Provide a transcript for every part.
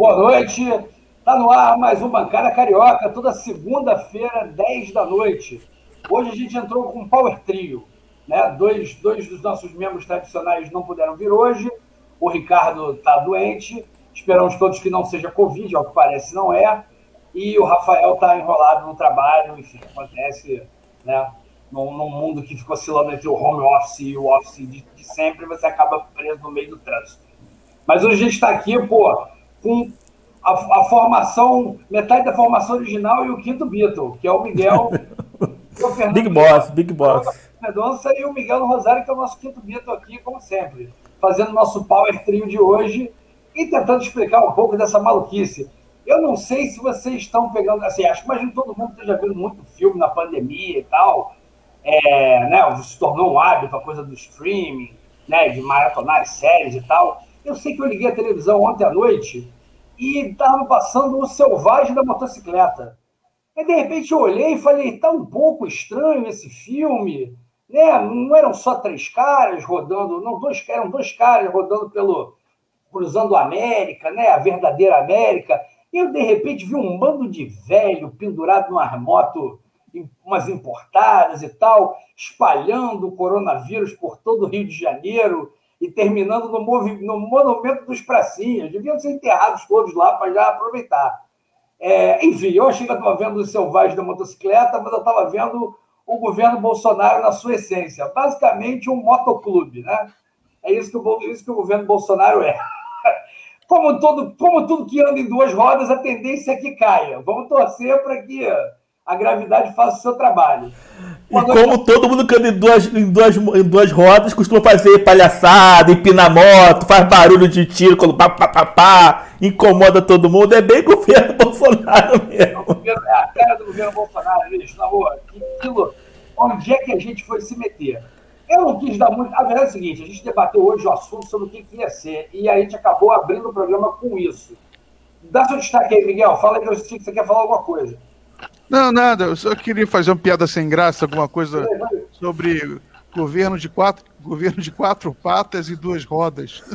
Boa noite. Está no ar mais um Bancada Carioca, toda segunda-feira, 10 da noite. Hoje a gente entrou com um Power Trio. Né? Dois dos nossos membros tradicionais não puderam vir hoje. O Ricardo está doente. Esperamos todos que não seja Covid, ao que parece não é. E o Rafael está enrolado no trabalho. Enfim, acontece, né? Num mundo que ficou oscilando entre o home office e o office de sempre, você acaba preso no meio do trânsito. Mas hoje a gente está aqui, com a formação, metade da formação original e o quinto Beatle, que é o Miguel, o Fernando Big Boss. Mendonça e o Miguel no Rosário, que é o nosso quinto Beatle aqui, como sempre, fazendo o nosso Power Trio de hoje e tentando explicar um pouco dessa maluquice. Eu não sei se vocês estão pegando, assim, acho que imagino que todo mundo esteja vendo muito filme na pandemia e tal, né, se tornou um hábito a coisa do streaming, né, de maratonar as séries e tal. Eu sei que eu liguei a televisão ontem à noite e estava passando o Selvagem da Motocicleta. E, de repente, eu olhei e falei, tá um pouco estranho esse filme, né? Não eram só três caras rodando, não, eram dois caras rodando cruzando a América, né? A verdadeira América. E eu, de repente, vi um bando de velho pendurado numa moto, umas importadas e tal, espalhando o coronavírus por todo o Rio de Janeiro e terminando no Monumento dos Pracinhas. Deviam ser enterrados todos lá para já aproveitar. Enfim, eu achei que eu estava vendo os Selvagens da Motocicleta, mas eu estava vendo o governo Bolsonaro na sua essência. Basicamente um motoclube, né? É isso que o governo Bolsonaro é. Como tudo que anda em duas rodas, a tendência é que caia. Vamos torcer para que a gravidade faça o seu trabalho. Como todo mundo que anda em duas rodas costuma fazer palhaçada, empinar moto, faz barulho de tiro quando incomoda todo mundo, é bem governo Bolsonaro mesmo. É a cara do governo Bolsonaro, bicho, na rua. Onde é que a gente foi se meter? Eu não quis dar muito. A verdade é a seguinte: a gente debateu hoje o assunto sobre o que ia ser, e a gente acabou abrindo o programa com isso. Dá seu destaque aí, Miguel. Fala aí que eu sei que você quer falar alguma coisa. Não, nada. Eu só queria fazer uma piada sem graça, alguma coisa sobre governo de quatro patas e duas rodas.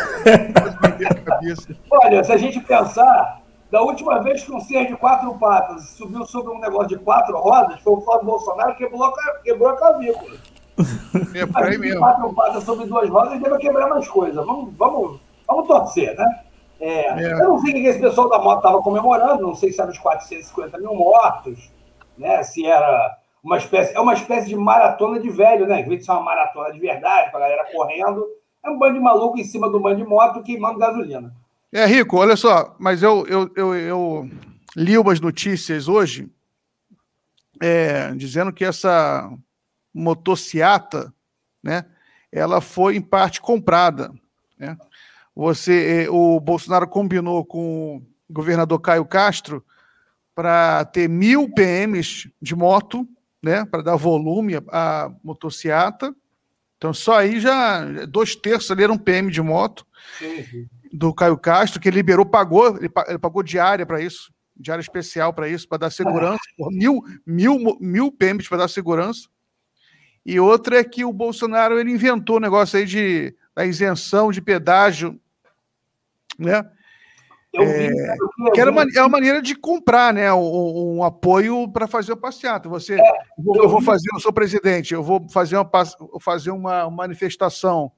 Olha, se a gente pensar, da última vez que um ser de quatro patas subiu sobre um negócio de quatro rodas, foi o Flávio Bolsonaro que quebrou a clavícula. É por aí mesmo. Quatro patas sobre duas rodas deve quebrar mais coisa. Vamos torcer, né? Eu não sei o que esse pessoal da moto estava comemorando, não sei se eram os 450 mil mortos, né? Se era uma espécie de maratona de velho, né? Em vez de ser uma maratona de verdade, com a galera correndo, é um bando de maluco em cima do bando de moto queimando gasolina. Rico, olha só, mas eu li umas notícias hoje dizendo que essa motociata, né, ela foi em parte comprada, né? O Bolsonaro combinou com o governador Caio Castro para ter 1.000 PMs de moto, né, para dar volume à motociata. Então, só aí já 2/3 ali era um PM de moto. Sim. Do Caio Castro, que ele pagou diária para isso, diária especial para isso, para dar segurança, por 1.000 PMs para dar segurança. E outra é que o Bolsonaro ele inventou o negócio aí da isenção de pedágio, né? Que é uma maneira de comprar, né, um apoio para fazer a passeata. Eu sou presidente, eu vou fazer uma manifestação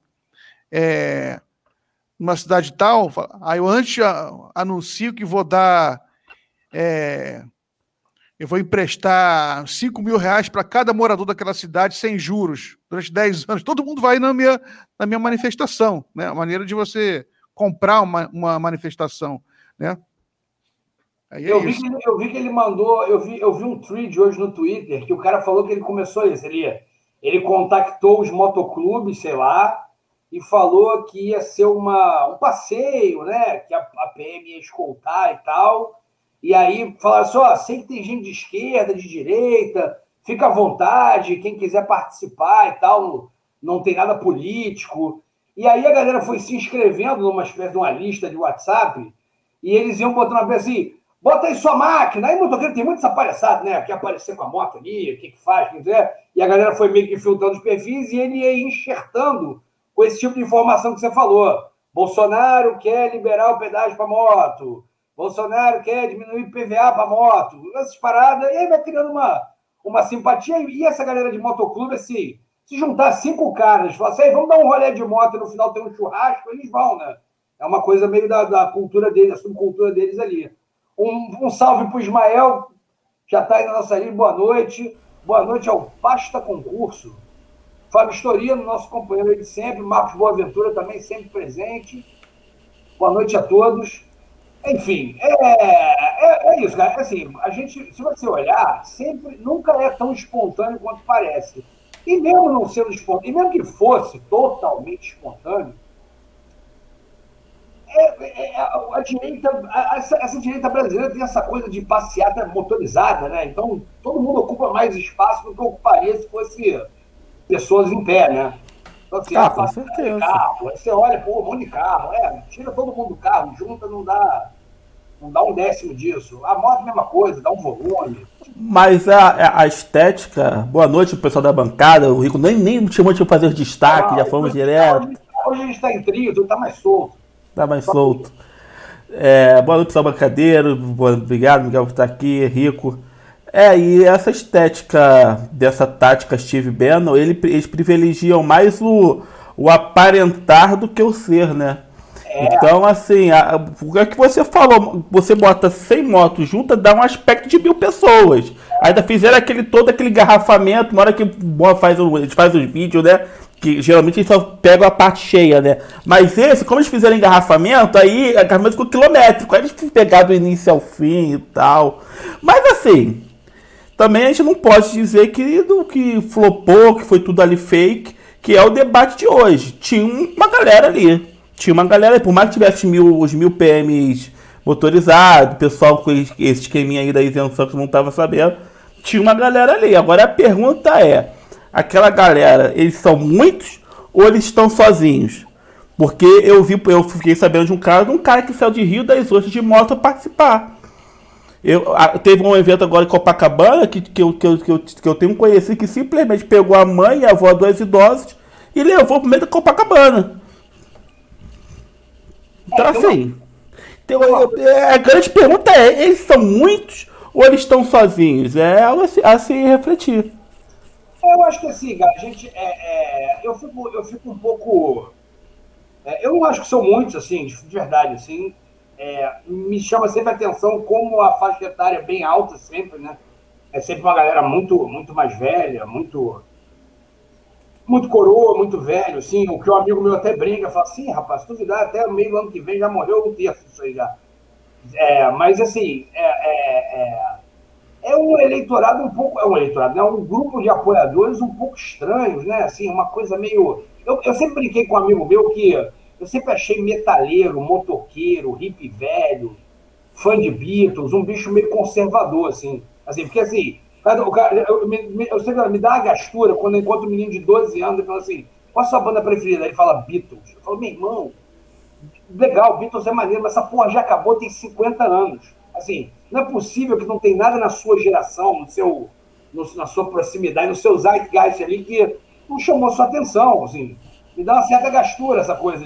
numa cidade tal, aí eu antes anuncio que vou dar eu vou emprestar 5 mil reais para cada morador daquela cidade sem juros, durante 10 anos. Todo mundo vai na minha manifestação, né? A maneira de você comprar uma manifestação, né? Aí eu vi que ele mandou, eu vi um tweet hoje no Twitter, que o cara falou que ele começou isso, ele contactou os motoclubes, sei lá, e falou que ia ser um passeio, né? Que a PM ia escoltar e tal. E aí falaram assim, sei que tem gente de esquerda, de direita, fica à vontade, quem quiser participar e tal, não tem nada político. E aí a galera foi se inscrevendo numa espécie de uma lista de WhatsApp, e eles iam botando assim, bota aí sua máquina. Aí motoqueiro tem muito essa palhaçada, né? Quer aparecer com a moto ali, o que faz, quem quiser. E a galera foi meio que filtrando os perfis e ele ia enxertando com esse tipo de informação que você falou. Bolsonaro quer liberar o pedágio para moto. Bolsonaro quer diminuir o PVA para moto. Essas paradas, e aí vai criando uma simpatia. E essa galera de motoclube, assim, se juntar 5 caras, falar assim, vamos dar um rolê de moto e no final tem um churrasco, eles vão, né? É uma coisa meio da cultura deles, da subcultura deles ali. Um salve para o Ismael, já está aí na nossa linha, boa noite. Boa noite ao Pasta Concurso. Fábio Storino, nosso companheiro de sempre. Marcos Boaventura também sempre presente. Boa noite a todos. Enfim, é isso, cara. Assim, a gente, se você olhar, sempre, nunca é tão espontâneo quanto parece. E mesmo não sendo espontâneo, e mesmo que fosse totalmente espontâneo, a direita, essa direita brasileira tem essa coisa de passeata motorizada, né? Então, todo mundo ocupa mais espaço do que ocuparia se fosse pessoas em pé, né? Então, assim, com certeza. Carro, aí você olha, pô, um monte de carro, tira todo mundo do carro, junta, não dá um décimo disso. A moto, mesma coisa, dá um volume. Mas a estética, boa noite pro pessoal da bancada, o Rico nem chamou de fazer os destaques, já fomos direto. Hoje a gente tá em trio, tudo tá mais solto. Tá mais solto. Boa noite, pessoal bancadeiro. Obrigado, Miguel, por estar aqui, Rico. E essa estética dessa tática Steve Bannon, eles privilegiam mais o aparentar do que o ser, né? Então, assim, o que é que você falou? Você bota 100 motos juntas, dá um aspecto de 1000 pessoas. Ainda fizeram todo aquele engarrafamento, na hora que eles fazem os vídeos, né? Que geralmente eles só pegam a parte cheia, né? Mas como eles fizeram engarrafamento, aí a engarrafamento ficou quilométrico. Aí eles pegaram do início ao fim e tal. Mas assim, também a gente não pode dizer que flopou, que foi tudo ali fake, que é o debate de hoje. Tinha uma galera ali. Por mais que tivesse os 1000 PMs motorizados, o pessoal com esse esqueminha aí da isenção que não estava sabendo, tinha uma galera ali. Agora a pergunta é, aquela galera, eles são muitos ou eles estão sozinhos? Porque eu fiquei sabendo de um cara que saiu de Rio das Ostras de moto a participar. Teve um evento agora em Copacabana que eu tenho conhecido que simplesmente pegou a mãe e a avó, 2 idosos, e levou pro meio da Copacabana. Então, assim, a grande pergunta é, eles são muitos ou eles estão sozinhos? É algo a se refletir. Eu acho que assim, cara, a gente. Eu fico um pouco. Eu não acho que são muitos, assim, de verdade, assim. Me chama sempre a atenção como a faixa etária é bem alta, sempre, né? É sempre uma galera muito, muito mais velha, muito coroa, muito velho, assim. O que um amigo meu até brinca, fala assim, rapaz, se duvidar, até o meio do ano que vem já morreu um terço disso aí já. Mas, assim, é um eleitorado um pouco. É um eleitorado, né? Um grupo de apoiadores um pouco estranhos, né? Assim, uma coisa meio. Eu sempre brinquei com um amigo meu que eu sempre achei metalheiro, motoqueiro, hippie velho, fã de Beatles, um bicho meio conservador, assim. Porque, assim, eu sempre me dá uma gastura quando eu encontro um menino de 12 anos e fala assim, qual a sua banda preferida? Ele fala Beatles. Eu falo, meu irmão, legal, Beatles é maneiro, mas essa porra já acabou, tem 50 anos. Assim, não é possível que não tem nada na sua geração, na sua proximidade, no seu zeitgeist ali que não chamou sua atenção, assim. Me dá uma certa gastura essa coisa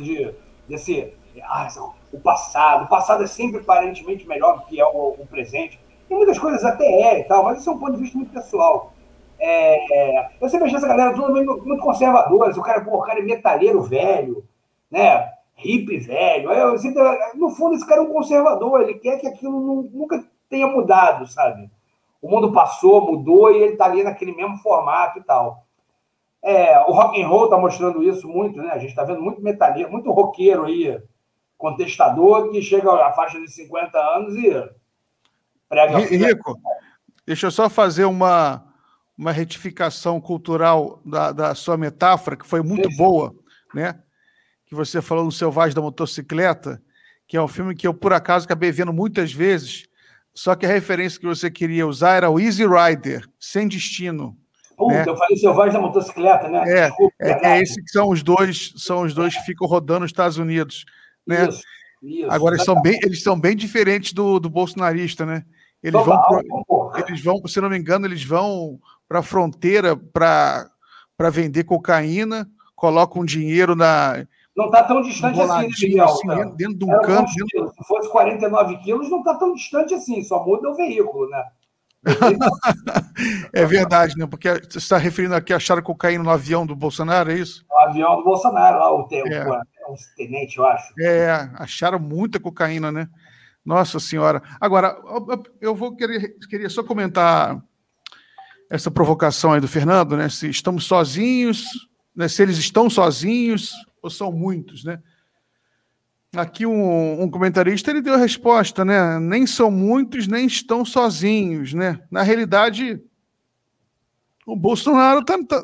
o passado é sempre aparentemente melhor do que é o presente. Tem muitas coisas até e tal, mas isso é um ponto de vista muito pessoal. Eu sempre achei essa galera toda muito conservadora, o cara é metalheiro velho, né? Hippie velho. No fundo, esse cara é um conservador, ele quer que aquilo nunca tenha mudado, sabe? O mundo passou, mudou e ele tá ali naquele mesmo formato e tal. O rock and roll tá mostrando isso muito, né? A gente tá vendo muito metalheiro, muito roqueiro aí, contestador, que chega à faixa de 50 anos e prega... Rico, deixa eu só fazer uma retificação cultural da sua metáfora, que foi muito boa, né? Que você falou no Selvagem da Motocicleta, que é um filme que eu, por acaso, acabei vendo muitas vezes, só que a referência que você queria usar era o Easy Rider, Sem Destino. Puta, né? Eu falei Selvagem da Motocicleta, né? Desculpa, esse que são os dois que ficam rodando nos Estados Unidos, né? Isso. Agora, eles são bem diferentes do bolsonarista, né? Eles vão, se não me engano, eles vão para a fronteira para vender cocaína, colocam dinheiro Não está tão distante assim, né, Miguel? Assim, dentro de um campo. Se fosse 49 quilos, não está tão distante assim, só muda o veículo, né? É verdade, né? Porque você está referindo aqui, acharam cocaína no avião do Bolsonaro, é isso? O avião do Bolsonaro, lá, o tenente, eu acho. Acharam muita cocaína, né? Nossa Senhora. Agora, eu queria só comentar essa provocação aí do Fernando, né? Se estamos sozinhos, né? Se eles estão sozinhos ou são muitos, né? Aqui um comentarista ele deu a resposta, né? Nem são muitos, nem estão sozinhos, né? Na realidade, o Bolsonaro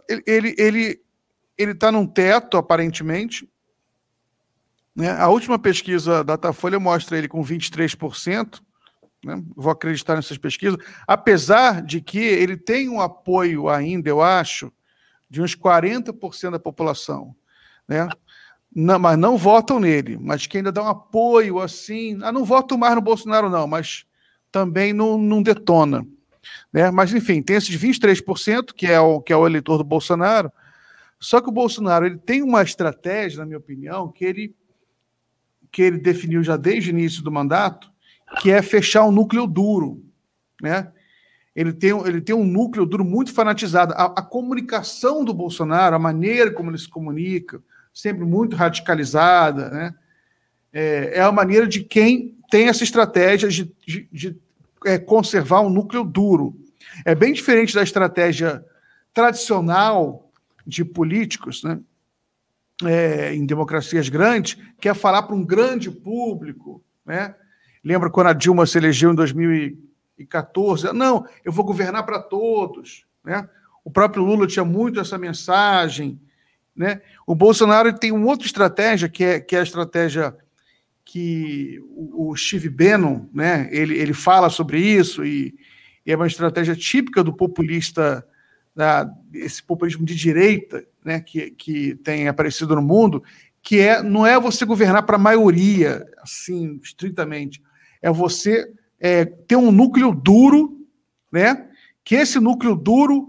ele tá num teto, aparentemente, né? A última pesquisa da Datafolha mostra ele com 23%, né? Vou acreditar nessas pesquisas, apesar de que ele tem um apoio ainda, eu acho, de uns 40% da população, né? Não, mas não votam nele, mas que ainda dá um apoio assim. Não voto mais no Bolsonaro, não, mas também não detona. Né? Mas, enfim, tem esses 23%, que é o eleitor do Bolsonaro. Só que o Bolsonaro ele tem uma estratégia, na minha opinião, que ele definiu já desde o início do mandato, que é fechar um núcleo duro. Né? Ele tem um núcleo duro muito fanatizado. A comunicação do Bolsonaro, a maneira como ele se comunica, sempre muito radicalizada, né? É a maneira de quem tem essa estratégia de conservar um núcleo duro. É bem diferente da estratégia tradicional de políticos, né? Em democracias grandes, que é falar para um grande público, né? Lembra quando a Dilma se elegeu em 2014? Não, eu vou governar para todos, né? O próprio Lula tinha muito essa mensagem, né? O Bolsonaro tem uma outra estratégia, que é a estratégia que o Steve Bannon, né? Ele fala sobre isso, e é uma estratégia típica do populista, esse populismo de direita, né? que tem aparecido no mundo, que não é você governar para a maioria, assim, estritamente, é você ter um núcleo duro, né? Que esse núcleo duro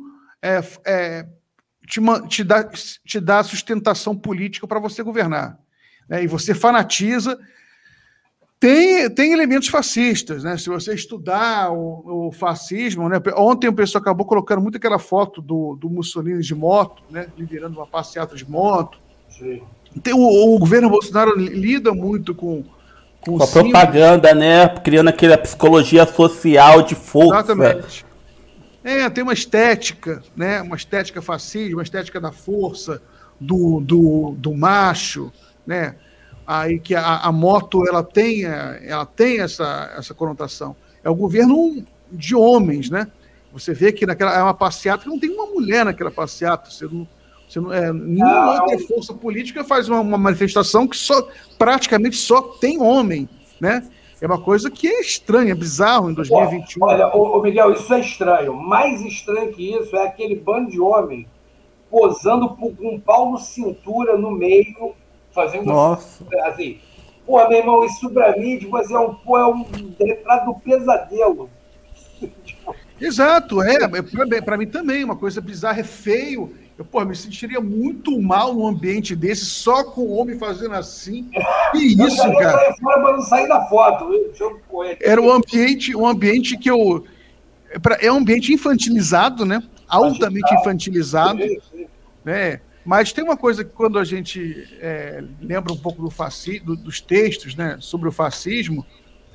te dá sustentação política para você governar. Né? E você fanatiza. Tem elementos fascistas, né? Se você estudar o fascismo, né? Ontem o pessoal acabou colocando muito aquela foto do Mussolini de moto, né? Liderando uma passeata de moto. Sim. Então, o governo Bolsonaro lida muito com a propaganda, né? Criando aquela psicologia social de força. Exatamente. Tem uma estética, né? Uma estética fascista, uma estética da força, do macho, né? Aí que a moto ela tem essa conotação. É o governo de homens, né? Você vê que é uma passeata que não tem uma mulher naquela passeata. Nenhuma outra força política faz uma manifestação que praticamente só tem homem, né? É uma coisa que é estranha, é bizarro em 2021. Olha, Miguel, isso é estranho. Mais estranho que isso é aquele bando de homem posando com um pau no cintura, no meio, fazendo assim. Pô, meu irmão, isso pra mim tipo, assim, é um retrato do pesadelo. Exato, para mim também, uma coisa bizarra, é feio. Eu me sentiria muito mal num ambiente desse, só com o homem fazendo assim. Que isso, cara? Eu fora para não sair da foto. Era um ambiente que é um ambiente infantilizado, né? Altamente infantilizado, né? Mas tem uma coisa que quando a gente lembra um pouco dos textos, né, sobre o fascismo,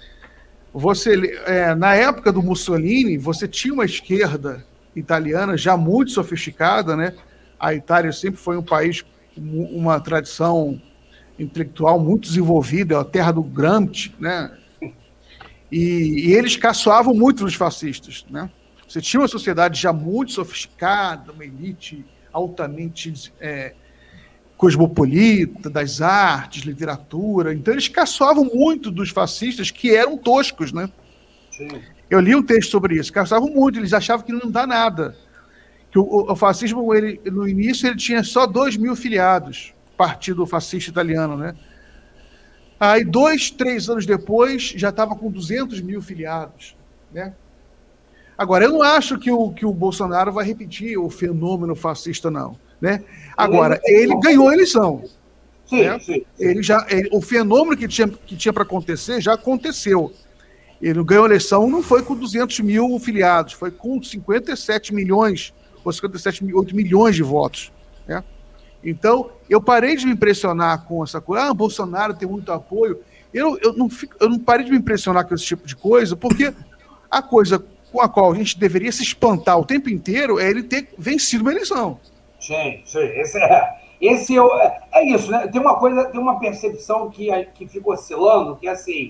na época do Mussolini, você tinha uma esquerda italiana já muito sofisticada, né? A Itália sempre foi um país com uma tradição intelectual muito desenvolvida, é a terra do Gramsci, né? E eles caçoavam muito dos fascistas, né? Você tinha uma sociedade já muito sofisticada, uma elite altamente cosmopolita, das artes, literatura. Então eles caçoavam muito dos fascistas, que eram toscos, né? Sim. Eu li um texto sobre isso, caçoavam muito, eles achavam que não dá nada. Que o fascismo, no início, ele tinha só 2.000 filiados, partido fascista italiano, né? Aí, 2, 3 anos depois, já estava com 200.000 filiados, né? Agora, eu não acho que o Bolsonaro vai repetir o fenômeno fascista, não, né? Agora, ele ganhou a eleição. Sim, né? sim. O fenômeno que tinha para acontecer já aconteceu. Ele ganhou a eleição, não foi com 200 mil filiados, foi com 57 milhões, ou 57,8 milhões de votos, né? Então, eu parei de me impressionar com essa coisa. Bolsonaro tem muito apoio. Eu não parei de me impressionar com esse tipo de coisa, porque a coisa com a qual a gente deveria se espantar o tempo inteiro é ele ter vencido uma eleição. Sim. Esse é isso, né? Tem uma percepção que fica oscilando, que é assim,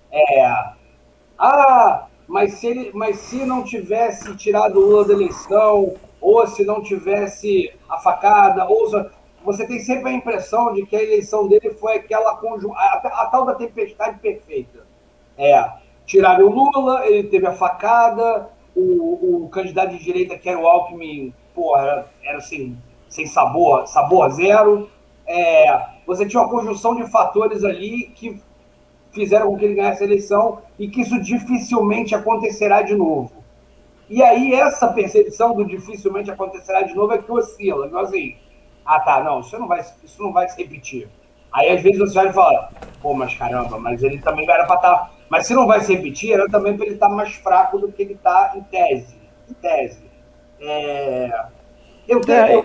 mas se não tivesse tirado o Lula da eleição, ou se não tivesse a facada, você tem sempre a impressão de que a eleição dele foi aquela a tal da tempestade perfeita. Tiraram o Lula, ele teve a facada, o candidato de direita, que era o Alckmin, era assim, sem sabor zero. Você tinha uma conjunção de fatores ali que fizeram com que ele ganhasse a eleição e que isso dificilmente acontecerá de novo. E aí essa percepção do dificilmente acontecerá de novo é que oscila. Então, assim, não, isso não vai se repetir. Aí às vezes você vai falar, mas caramba, mas ele também era para estar... Mas se não vai se repetir, era também para ele estar mais fraco do que ele está em tese. Eu tenho...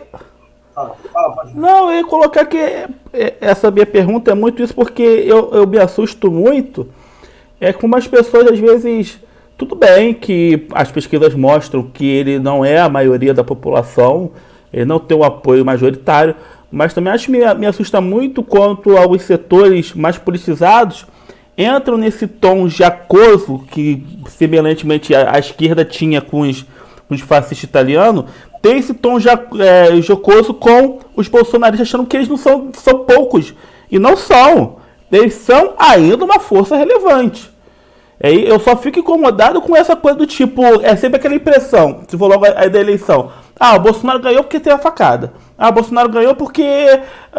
Não, eu ia colocar que essa minha pergunta é muito isso, porque eu me assusto muito como as pessoas às vezes... Tudo bem que as pesquisas mostram que ele não é a maioria da população, ele não tem um apoio majoritário, mas também acho que me assusta muito quanto alguns setores mais politizados entram nesse tom jacoso que semelhantemente a esquerda tinha com os fascistas italianos, tem esse tom jocoso com os bolsonaristas, achando que eles não são poucos, e não são, eles são ainda uma força relevante. Eu só fico incomodado com essa coisa do tipo, é sempre aquela impressão, se for logo aí da eleição, o Bolsonaro ganhou porque teve a facada, o Bolsonaro ganhou porque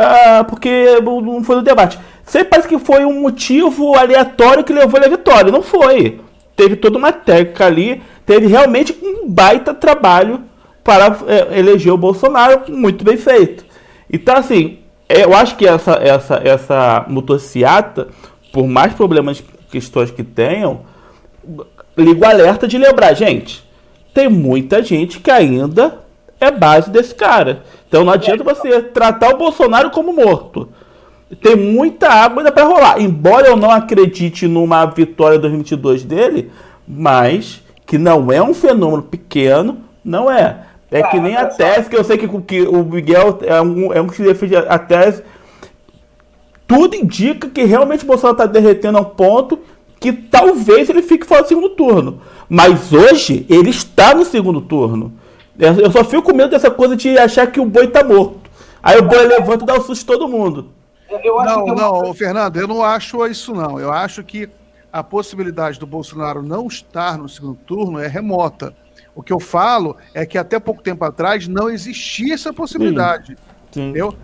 não foi no debate. Sempre parece que foi um motivo aleatório que levou ele à vitória, não foi. Teve toda uma técnica ali, teve realmente um baita trabalho para eleger o Bolsonaro, muito bem feito. Então assim, eu acho que essa motociata, por mais problemas, questões que tenham, liga o alerta de lembrar, gente, tem muita gente que ainda é base desse cara. Então não adianta você tratar o Bolsonaro como morto. Tem muita água ainda para rolar. Embora eu não acredite numa vitória 2022 dele, mas que não é um fenômeno pequeno, não é. Que nem a tese, que eu sei que o Miguel é um que defende a tese. Tudo indica que realmente o Bolsonaro está derretendo a um ponto que talvez ele fique fora do segundo turno. Mas hoje ele está no segundo turno. Eu só fico com medo dessa coisa de achar que o boi está morto. Aí o boi levanta e dá o susto em todo mundo. Fernando, eu não acho isso não. Eu acho que a possibilidade do Bolsonaro não estar no segundo turno é remota. O que eu falo é que até pouco tempo atrás não existia essa possibilidade. Sim. Entendeu?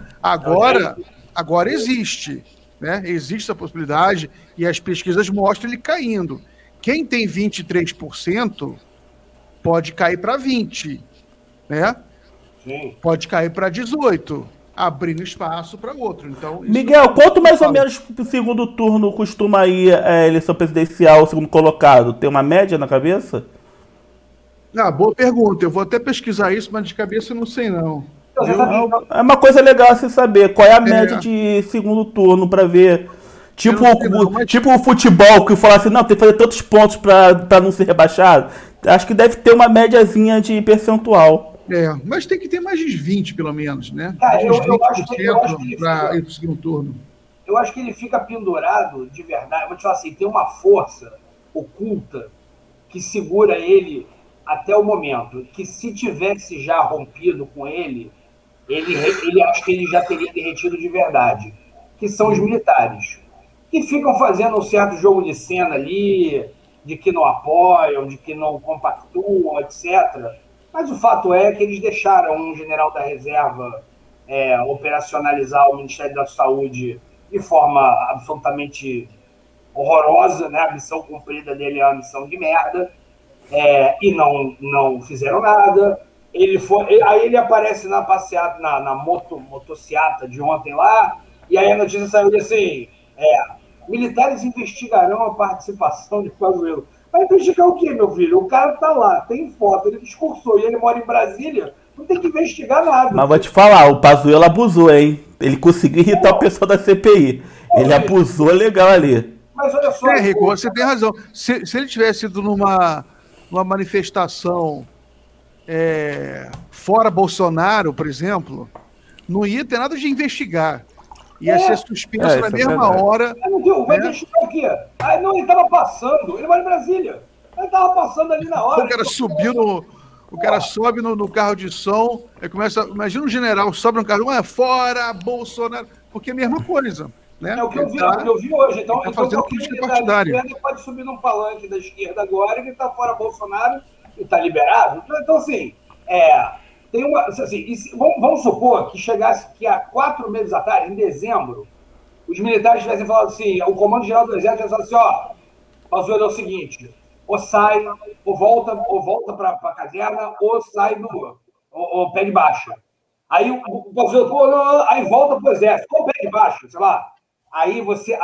Agora existe, né? Existe essa possibilidade e as pesquisas mostram ele caindo. Quem tem 23% pode cair para 20%, né? Sim. Pode cair para 18%, abrindo espaço para outro. Então, Miguel, quanto mais ou menos o segundo turno costuma ir a eleição presidencial, o segundo colocado? Tem uma média na cabeça? Boa pergunta. Eu vou até pesquisar isso, mas de cabeça eu não sei não. É uma coisa legal se saber qual é a média de segundo turno para ver. Tipo o futebol, que fala assim, não, tem que fazer tantos pontos para não ser rebaixado. Acho que deve ter uma médiazinha de percentual. Mas tem que ter mais de 20, pelo menos, né? Eu acho que para ir para o segundo turno. Eu acho que ele fica pendurado de verdade. Vou te falar assim, tem uma força oculta que segura ele até o momento. Que se tivesse já rompido com ele acho que ele já teria derretido de verdade. Que são os militares. Que ficam fazendo um certo jogo de cena ali, de que não apoiam, de que não compactuam, etc. Mas o fato é que eles deixaram um general da reserva operacionalizar o Ministério da Saúde de forma absolutamente horrorosa, né? A missão cumprida dele é uma missão de merda, e não fizeram nada. Aí ele aparece na passeata, na motociata de ontem lá, E aí a notícia saiu assim, militares investigarão a participação de Pazuello. Vai investigar o quê, meu filho? O cara tá lá, tem foto, ele discursou e ele mora em Brasília, não tem que investigar nada. Mas vou te falar, o Pazuello abusou, hein? Ele conseguiu irritar o pessoal da CPI. Ele abusou legal ali. Mas olha só... Rico, você tem razão. Se ele tivesse ido numa manifestação fora Bolsonaro, por exemplo, não ia ter nada de investigar. Ia ser suspenso na mesma hora. Vai investigar o quê? Não, ele estava passando. Ele mora em Brasília. Ele estava passando ali na hora. O cara subiu O cara sobe no carro de som, aí começa. Imagina um general sobe no carro, fora Bolsonaro. Porque é a mesma coisa. Né? É o que eu vi hoje. Então, fazendo política partidária. Ele pode subir num palanque da esquerda agora e ele está fora Bolsonaro e está liberado. Então, assim, tem uma. Assim, vamos supor que chegasse que há 4 meses atrás, em dezembro, os militares tivessem falado assim, o comando-geral do Exército tivesse falado assim, Pazuello, é o seguinte, ou sai, ou volta para a caserna, ou sai ou pé de baixa. Aí o Pazuello, aí volta para o Exército, ou pé de baixa, sei lá. Aí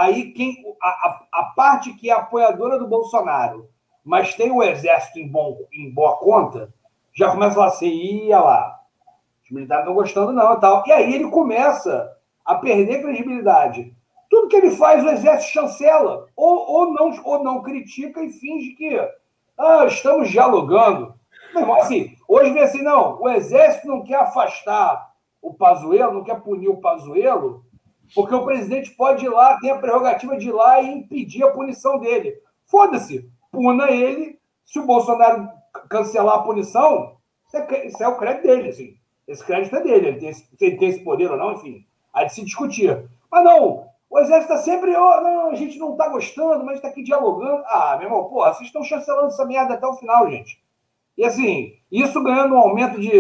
a parte que é apoiadora do Bolsonaro, mas tem o Exército em boa conta, já começa a falar assim, ia lá, os militares não estão gostando não e tal. E aí ele começa a perder credibilidade. Tudo que ele faz, o Exército chancela, ou não critica e finge que estamos dialogando. Meu irmão, assim, hoje vem assim, não, o Exército não quer afastar o Pazuello, não quer punir o Pazuello, porque o presidente pode ir lá, tem a prerrogativa de ir lá e impedir a punição dele. Foda-se, puna ele, se o Bolsonaro cancelar a punição, isso é o crédito dele, assim. Esse crédito é dele, se ele tem esse poder ou não, enfim, aí de se discutir. Mas não, o Exército está sempre, não, a gente não está gostando, mas está aqui dialogando. Meu irmão, porra, vocês estão chancelando essa merda até o final, gente. E assim, isso ganhando um aumento de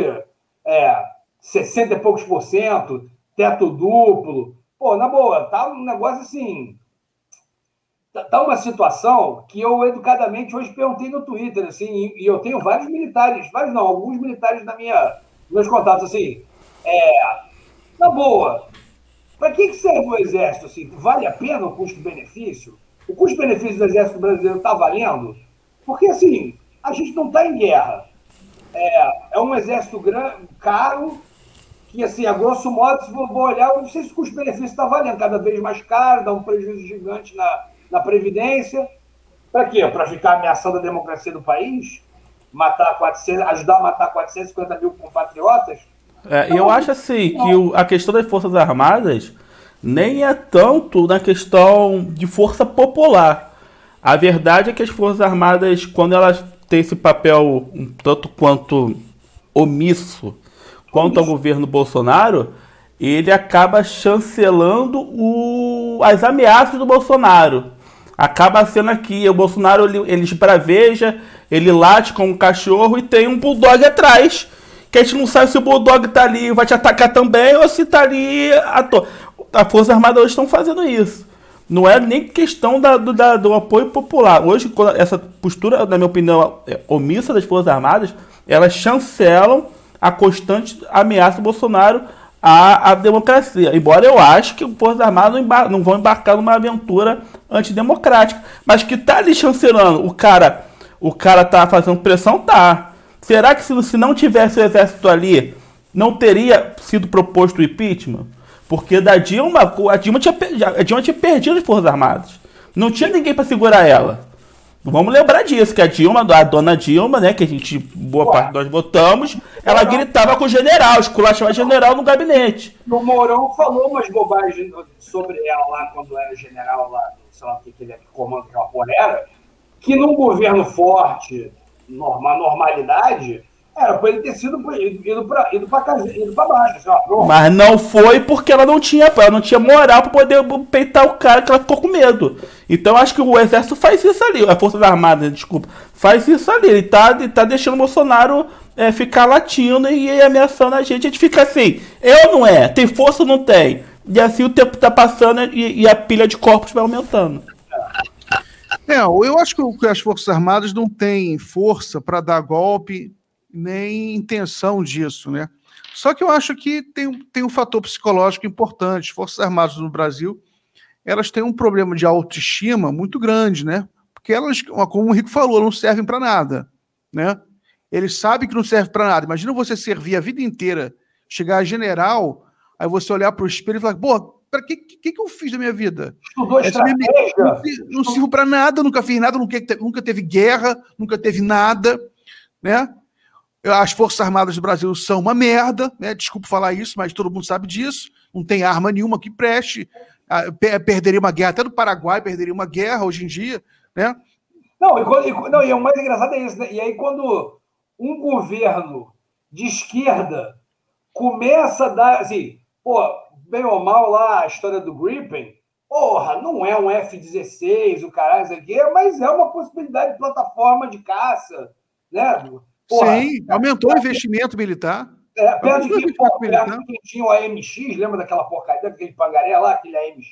60 e poucos %, teto duplo. Pô, na boa, tá um negócio assim... Tá uma situação que eu educadamente hoje perguntei no Twitter, assim, e eu tenho vários militares, alguns militares nos meus contatos, assim, na boa, para que serve o Exército, assim? Vale a pena o custo-benefício? O custo-benefício do Exército brasileiro está valendo? Porque, assim, a gente não está em guerra. É um exército caro, que, assim, a grosso modo, se vou olhar, eu não sei se o custo-benefício está valendo, cada vez mais caro, dá um prejuízo gigante na Previdência. Para quê? Para ficar ameaçando a democracia do país? Ajudar a matar 450 mil compatriotas? Eu acho assim que a questão das Forças Armadas nem é tanto na questão de força popular. A verdade é que as Forças Armadas, quando elas têm esse papel um tanto quanto omisso quanto ao governo Bolsonaro, ele acaba chancelando as ameaças do Bolsonaro. Acaba sendo aqui, o Bolsonaro ele esbraveja, ele late como um cachorro e tem um bulldog atrás, que a gente não sabe se o bulldog tá ali e vai te atacar também ou se tá ali à toa. As Forças Armadas hoje estão fazendo isso. Não é nem questão do apoio popular. Hoje, essa postura, na minha opinião, omissa das Forças Armadas, elas chancelam a constante ameaça do Bolsonaro à democracia. Embora eu acho que as Forças Armadas não vão embarcar numa aventura antidemocrática. Mas que tá ali chancelando, o cara tá fazendo pressão, tá. Será que se não tivesse o Exército ali, não teria sido proposto o impeachment? Porque a Dilma tinha perdido as Forças Armadas. Não tinha ninguém para segurar ela. Vamos lembrar disso, que a dona Dilma, né, que a gente, boa parte nós votamos, ela gritava com o general, esculachava o general no gabinete. O Mourão falou umas bobagens sobre ela lá, quando era general lá, sei lá o que ele comando que ela porra era, que num governo forte, normalidade, era para ele ter sido ido para baixo. Assim, mas não foi porque ela não tinha moral para poder peitar o cara, que ela ficou com medo. Então acho que o Exército faz isso ali, a Força Armada, desculpa, faz isso ali. Ele tá deixando o Bolsonaro ficar latindo e ameaçando a gente fica assim, não é, tem força ou não tem? E assim o tempo tá passando e a pilha de corpos vai aumentando. Eu acho que as Forças Armadas não têm força para dar golpe, nem intenção disso, né? Só que eu acho que tem um fator psicológico importante. As Forças Armadas no Brasil, elas têm um problema de autoestima muito grande, né? Porque elas, como o Rico falou, não servem para nada, né? Eles sabem que não serve para nada. Imagina você servir a vida inteira, chegar a general, aí você olhar para o espelho e falar, pô, para que eu fiz da minha vida? Estudou estratégia. Não sirvo para nada, nunca fiz nada, nunca teve guerra, nunca teve nada, né? As Forças Armadas do Brasil são uma merda, né? Desculpa falar isso, mas todo mundo sabe disso. Não tem arma nenhuma que preste. Perderia uma guerra, até do Paraguai perderia uma guerra hoje em dia, né? Não, e o mais engraçado é isso, né? E aí, quando um governo de esquerda começa a dar, assim, pô, bem ou mal lá a história do Gripen, porra, não é um F-16, o caralho, isso aqui, mas é uma possibilidade de plataforma de caça, né? Porra, sim, aumentou o investimento militar. Perto de quem tinha o AMX, lembra daquela porcaria, daquele pangaré lá, aquele AMX?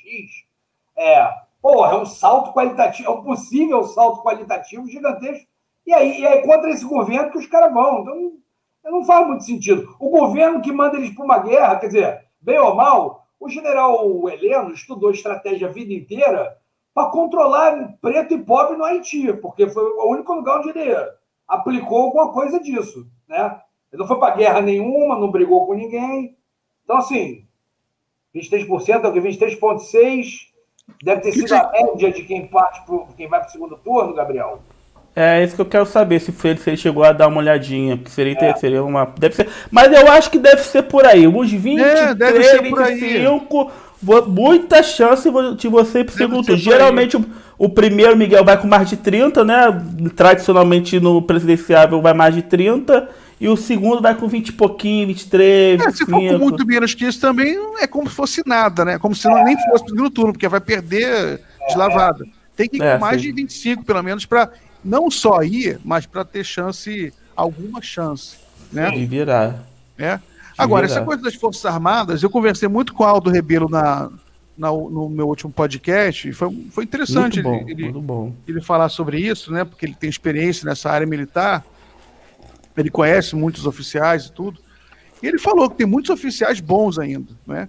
É um salto qualitativo, é um possível salto qualitativo gigantesco. E aí contra esse governo que os caras vão. Então, não faz muito sentido. O governo que manda eles para uma guerra, quer dizer, bem ou mal, o general Heleno estudou estratégia a vida inteira para controlar preto e pobre no Haiti, porque foi o único lugar onde ele aplicou alguma coisa disso, né? Ele não foi para guerra nenhuma, não brigou com ninguém. Então, assim, 23%, 23,6%, deve ter sido a média de quem vai para o segundo turno, Gabriel. É isso que eu quero saber, se ele chegou a dar uma olhadinha, porque seria uma... Deve ser, mas eu acho que deve ser por aí, uns 23, 25, muita chance de você ir pro segundo turno. Geralmente o primeiro, Miguel, vai com mais de 30, né? Tradicionalmente no presidenciável vai mais de 30, e o segundo vai com 20 e pouquinho, 23, 25. Se for com muito menos que isso também, é como se fosse nada, né? Como se não nem fosse pro segundo turno, porque vai perder de lavada. Tem que ir com mais de 25, pelo menos, para não só ir, mas para ter alguma chance, né? De virar. Agora, essa coisa das Forças Armadas, eu conversei muito com o Aldo Rebelo no meu último podcast, e foi interessante ele falar sobre isso, né? Porque ele tem experiência nessa área militar, ele conhece muitos oficiais e tudo. E ele falou que tem muitos oficiais bons ainda, né?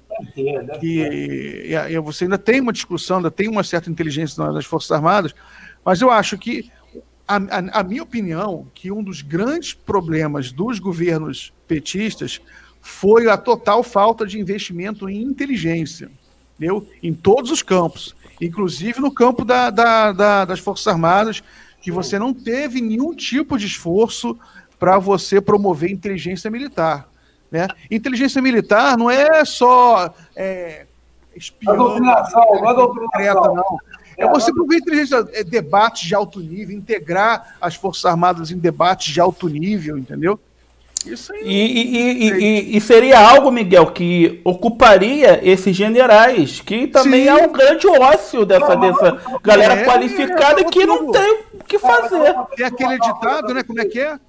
E você ainda tem uma discussão, ainda tem uma certa inteligência nas Forças Armadas, mas eu acho que a minha opinião, que um dos grandes problemas dos governos petistas foi a total falta de investimento em inteligência, entendeu? Em todos os campos, inclusive no campo das Forças Armadas, que você não teve nenhum tipo de esforço para você promover inteligência militar, né? Inteligência militar não é só espião, não é doutrinação. não. É você promover inteligência, debates de alto nível, integrar as Forças Armadas em debates de alto nível, entendeu? Isso aí. E seria algo, Miguel, que ocuparia esses generais, que também é um grande ócio dessa galera qualificada que não tem o que fazer. Tem aquele ditado, né? Como é que é?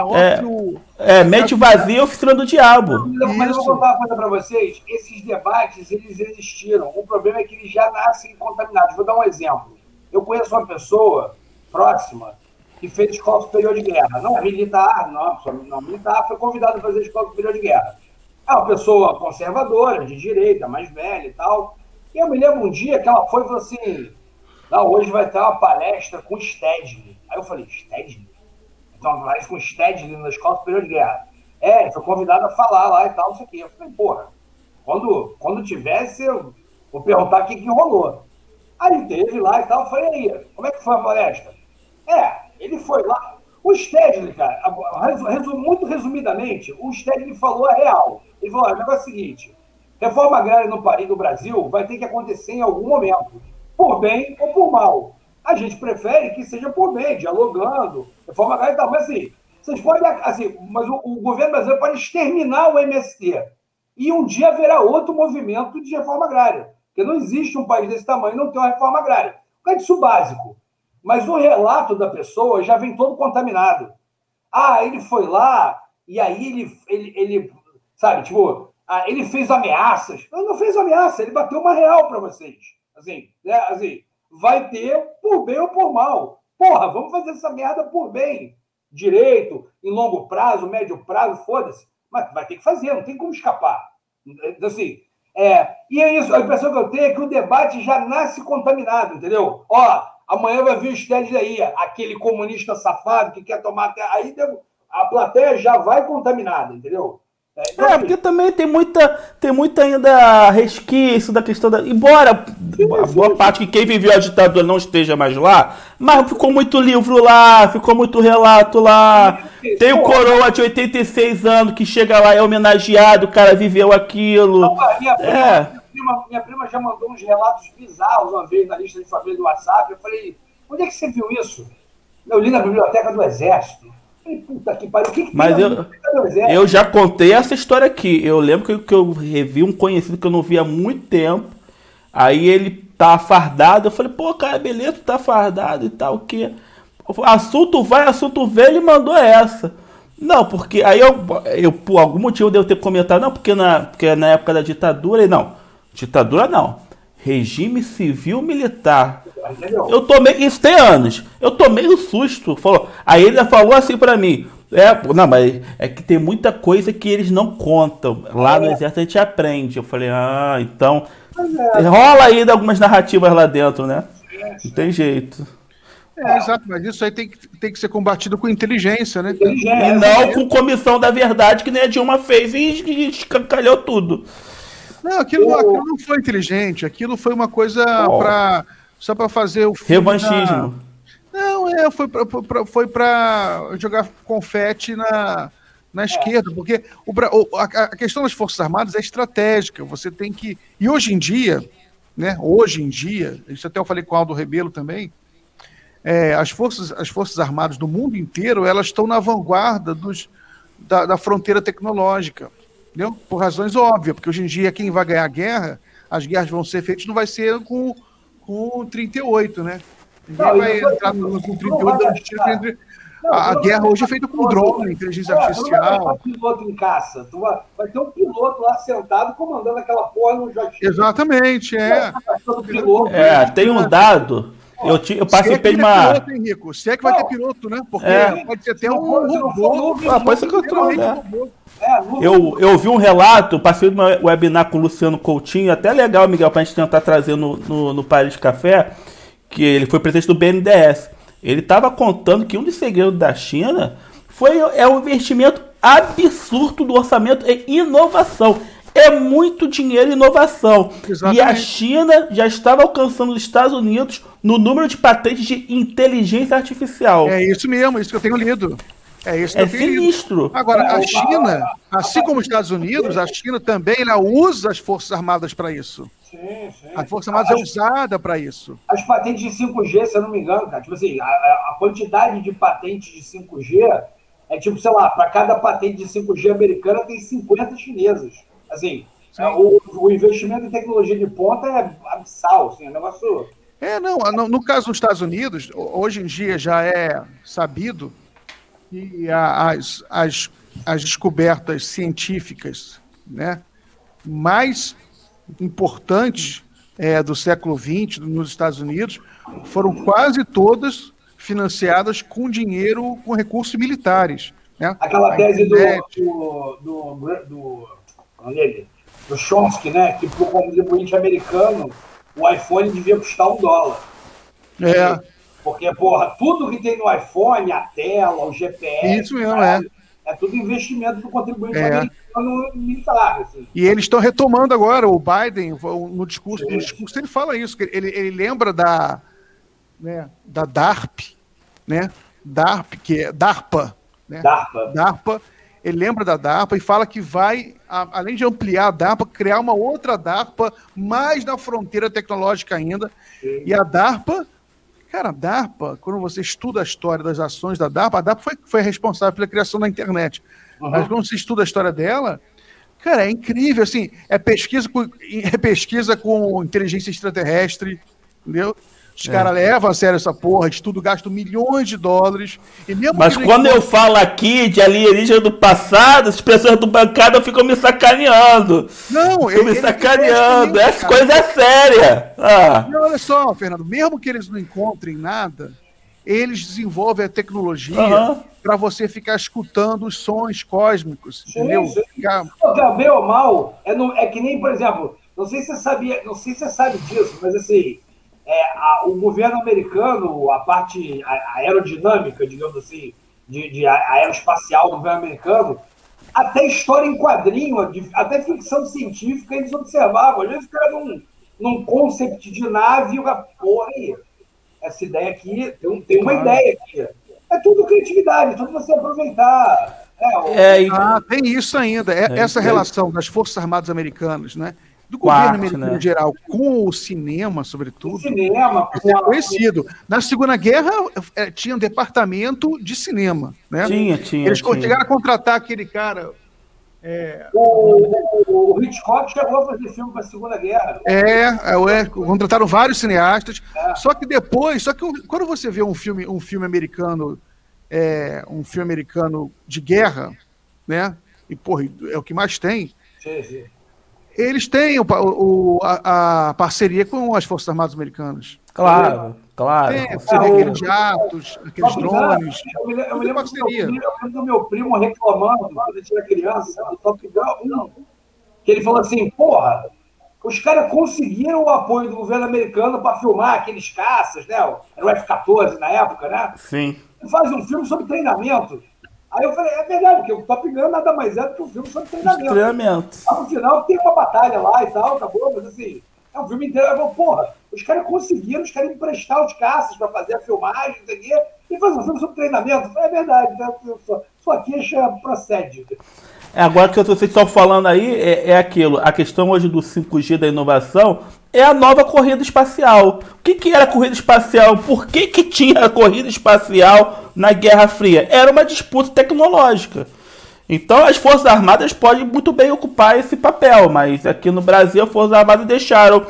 Mente vazia, oficina do diabo. Mas eu vou contar uma coisa para vocês. Esses debates, eles existiram. O problema é que eles já nascem contaminados. Vou dar um exemplo. Eu conheço uma pessoa próxima que fez escola superior de guerra. Não é militar, não militar, foi convidado a fazer escola superior de guerra. É uma pessoa conservadora, de direita, mais velha e tal. E eu me lembro um dia que ela foi e falou assim, não, hoje vai ter uma palestra com Stedley. Aí eu falei, Stedley? Então, mais com o Stedley na Escola Superior de Guerra. Ele foi convidado a falar lá e tal, isso aqui. Eu falei, porra, quando tivesse, eu vou perguntar o que rolou. Aí ele teve lá e tal, eu falei, aí, como é que foi a palestra? Ele foi lá. O Stedley, cara, muito resumidamente, o Stedley falou a real. Ele falou, o negócio é o seguinte, reforma agrária no país, no Brasil, vai ter que acontecer em algum momento, por bem ou por mal. A gente prefere que seja por bem, dialogando, reforma agrária e tal. Mas assim, vocês podem. Assim, mas o governo brasileiro pode exterminar o MST. E um dia haverá outro movimento de reforma agrária. Porque não existe um país desse tamanho e não tem uma reforma agrária. É disso básico. Mas o relato da pessoa já vem todo contaminado. Ele foi lá, e aí ele sabe, tipo, ele fez ameaças. Não fez ameaça, ele bateu uma real para vocês. Assim, né? Assim. Vai ter por bem ou por mal. Porra, vamos fazer essa merda por bem. Direito, em longo prazo, médio prazo, foda-se. Mas vai ter que fazer, não tem como escapar. Então, assim, e é isso, a impressão que eu tenho é que o debate já nasce contaminado, entendeu? Ó, amanhã vai vir o Stedley aí, aquele comunista safado que quer tomar... Aí a plateia já vai contaminada, entendeu? Então, porque também tem muita ainda resquício da questão da... Embora a boa parte que quem viveu a ditadura não esteja mais lá, mas ficou muito livro lá, ficou muito relato lá. Tem o Coroa de 86 anos que chega lá, é homenageado, o cara viveu aquilo. Não, minha prima já mandou uns relatos bizarros uma vez na lista de família do WhatsApp. Eu falei, onde é que você viu isso? Eu li na biblioteca do Exército. Puta que pariu, o que mas eu já contei essa história aqui. Eu lembro que eu revi um conhecido que eu não via há muito tempo. Aí ele tá fardado. Eu falei, pô, cara, beleza, tu tá fardado e tal, o quê? Assunto vai, assunto vem, ele mandou essa. Não, porque aí eu por algum motivo eu devo ter comentado, não, porque na época da ditadura, não. Ditadura não. Regime civil militar. Eu tomei, isso tem anos. Eu tomei um susto. Falou. Aí ele falou assim pra mim. Não, mas é que tem muita coisa que eles não contam. Lá no Exército a gente aprende. Eu falei, então. Rola ainda algumas narrativas lá dentro, né? Não tem jeito. Exato, mas isso aí tem que ser combatido com inteligência, né? E não com comissão da verdade, que nem a Dilma fez e escancalhou tudo. Não, aquilo não foi inteligente. Aquilo foi uma coisa só para fazer o filme. Revanchismo. Não, foi para jogar confete na esquerda, porque a questão das Forças Armadas é estratégica. Você tem que. E hoje em dia, né? Isso até eu falei com o Aldo Rebelo também. As forças Armadas do mundo inteiro, elas estão na vanguarda da fronteira tecnológica, entendeu? Por razões óbvias, porque hoje em dia quem vai ganhar a guerra, as guerras vão ser feitas, não vai ser com 38, né? Ninguém vai entrar com 38 dando tiro. A guerra hoje é feita com drone, inteligência artificial. Tu vai ter um piloto em caça, vai ter um piloto lá sentado comandando aquela porra no joystick. Exatamente, tem um dado... Eu participei de uma. Piloto, hein, Rico? Se é que vai ter piloto, né? Porque pode ser até um robô. Pode ser que eu vi um relato, passei de uma webinar com o Luciano Coutinho, até legal, Miguel, pra gente tentar trazer no Paris Café, que ele foi presidente do BNDES. Ele estava contando que um dos segredos da China é o investimento absurdo do orçamento em inovação. É muito dinheiro em inovação. Exatamente. E a China já estava alcançando os Estados Unidos no número de patentes de inteligência artificial. É isso mesmo, isso que eu tenho lido. É isso que eu tenho sinistro. Lido. Agora, a China, assim como os Estados Unidos, a China também usa as Forças Armadas para isso. Sim. As Forças Armadas é usada para isso. As patentes de 5G, se eu não me engano, cara, tipo assim, a quantidade de patentes de 5G é tipo, sei lá, para cada patente de 5G americana tem 50 chinesas. Assim, o investimento em tecnologia de ponta é abissal, assim, é um negócio... No caso dos Estados Unidos, hoje em dia já é sabido que as descobertas científicas, né, mais importantes do século XX nos Estados Unidos foram quase todas financiadas com dinheiro, com recursos militares. Né? Aquela tese do Chomsky, né? Que para o contribuinte americano o iPhone devia custar $1. Porque, porra, tudo que tem no iPhone, a tela, o GPS... Isso mesmo, é tudo investimento do contribuinte americano militar. Assim. E eles estão retomando agora, o Biden, no discurso ele fala isso, que ele lembra da DARP, né? DARP, que é DARPA, né? DARPA. Ele lembra da DARPA e fala que vai, além de ampliar a DARPA, criar uma outra DARPA mais na fronteira tecnológica ainda. Sim. E a DARPA, quando você estuda a história das ações da DARPA, a DARPA foi responsável pela criação da internet. Uhum. Mas quando você estuda a história dela, cara, é incrível, assim, é pesquisa com inteligência extraterrestre, entendeu? Os caras levam a sério essa porra, estudo, gastam $milhões. E mesmo mas quando eu falo aqui de alienígena do passado, as pessoas do bancada ficam me sacaneando. Essa coisa é séria. Não, olha só, Fernando, mesmo que eles não encontrem nada, eles desenvolvem a tecnologia para você ficar escutando os sons cósmicos, entendeu? Bem ou mal, é que nem, por exemplo, não sei se você sabe disso, mas assim, o governo americano, a parte aerodinâmica, digamos assim, de aeroespacial do governo americano, até história em quadrinho, até ficção científica, eles observavam. Às vezes o cara num concept de nave, e o cara, porra, aí, essa ideia aqui, tem uma ideia aqui. É tudo criatividade, tudo você aproveitar. Tem isso ainda. Essa relação das Forças Armadas Americanas, né? Do governo americano em geral, com o cinema, sobretudo. O cinema, é conhecido. Na Segunda Guerra, tinha um departamento de cinema, né? Tinha. Eles chegaram a contratar aquele cara. O Hitchcock chegou a fazer filme para a Segunda Guerra. Contrataram vários cineastas. Só que quando você vê um filme americano, um filme americano de guerra, né? E, porra, é o que mais tem. Sim. Eles têm a parceria com as Forças Armadas Americanas. Claro. Você vê aqueles jatos, aqueles drones. Eu me lembro do meu primo reclamando, quando ele era criança, do Top Gun 1, que ele falou assim, porra, os caras conseguiram o apoio do governo americano para filmar aqueles caças, né? Era o F-14 na época, né? Sim. E faz um filme sobre treinamento. Aí eu falei, é verdade, porque o Top Gun nada mais é do que um filme sobre treinamento. Mas, no final tem uma batalha lá e tal, acabou, mas assim, é um filme inteiro. Eu falei, porra, os caras conseguiram, os caras emprestar os caças para fazer a filmagem, isso aqui, e fazer um filme sobre treinamento. Eu falei, é verdade, sua queixa procede. Agora que vocês estão falando aí, é aquilo. A questão hoje do 5G, da inovação, é a nova corrida espacial. O que era a corrida espacial? Por que tinha a corrida espacial na Guerra Fria? Era uma disputa tecnológica. Então as Forças Armadas podem muito bem ocupar esse papel, mas aqui no Brasil as Forças Armadas deixaram,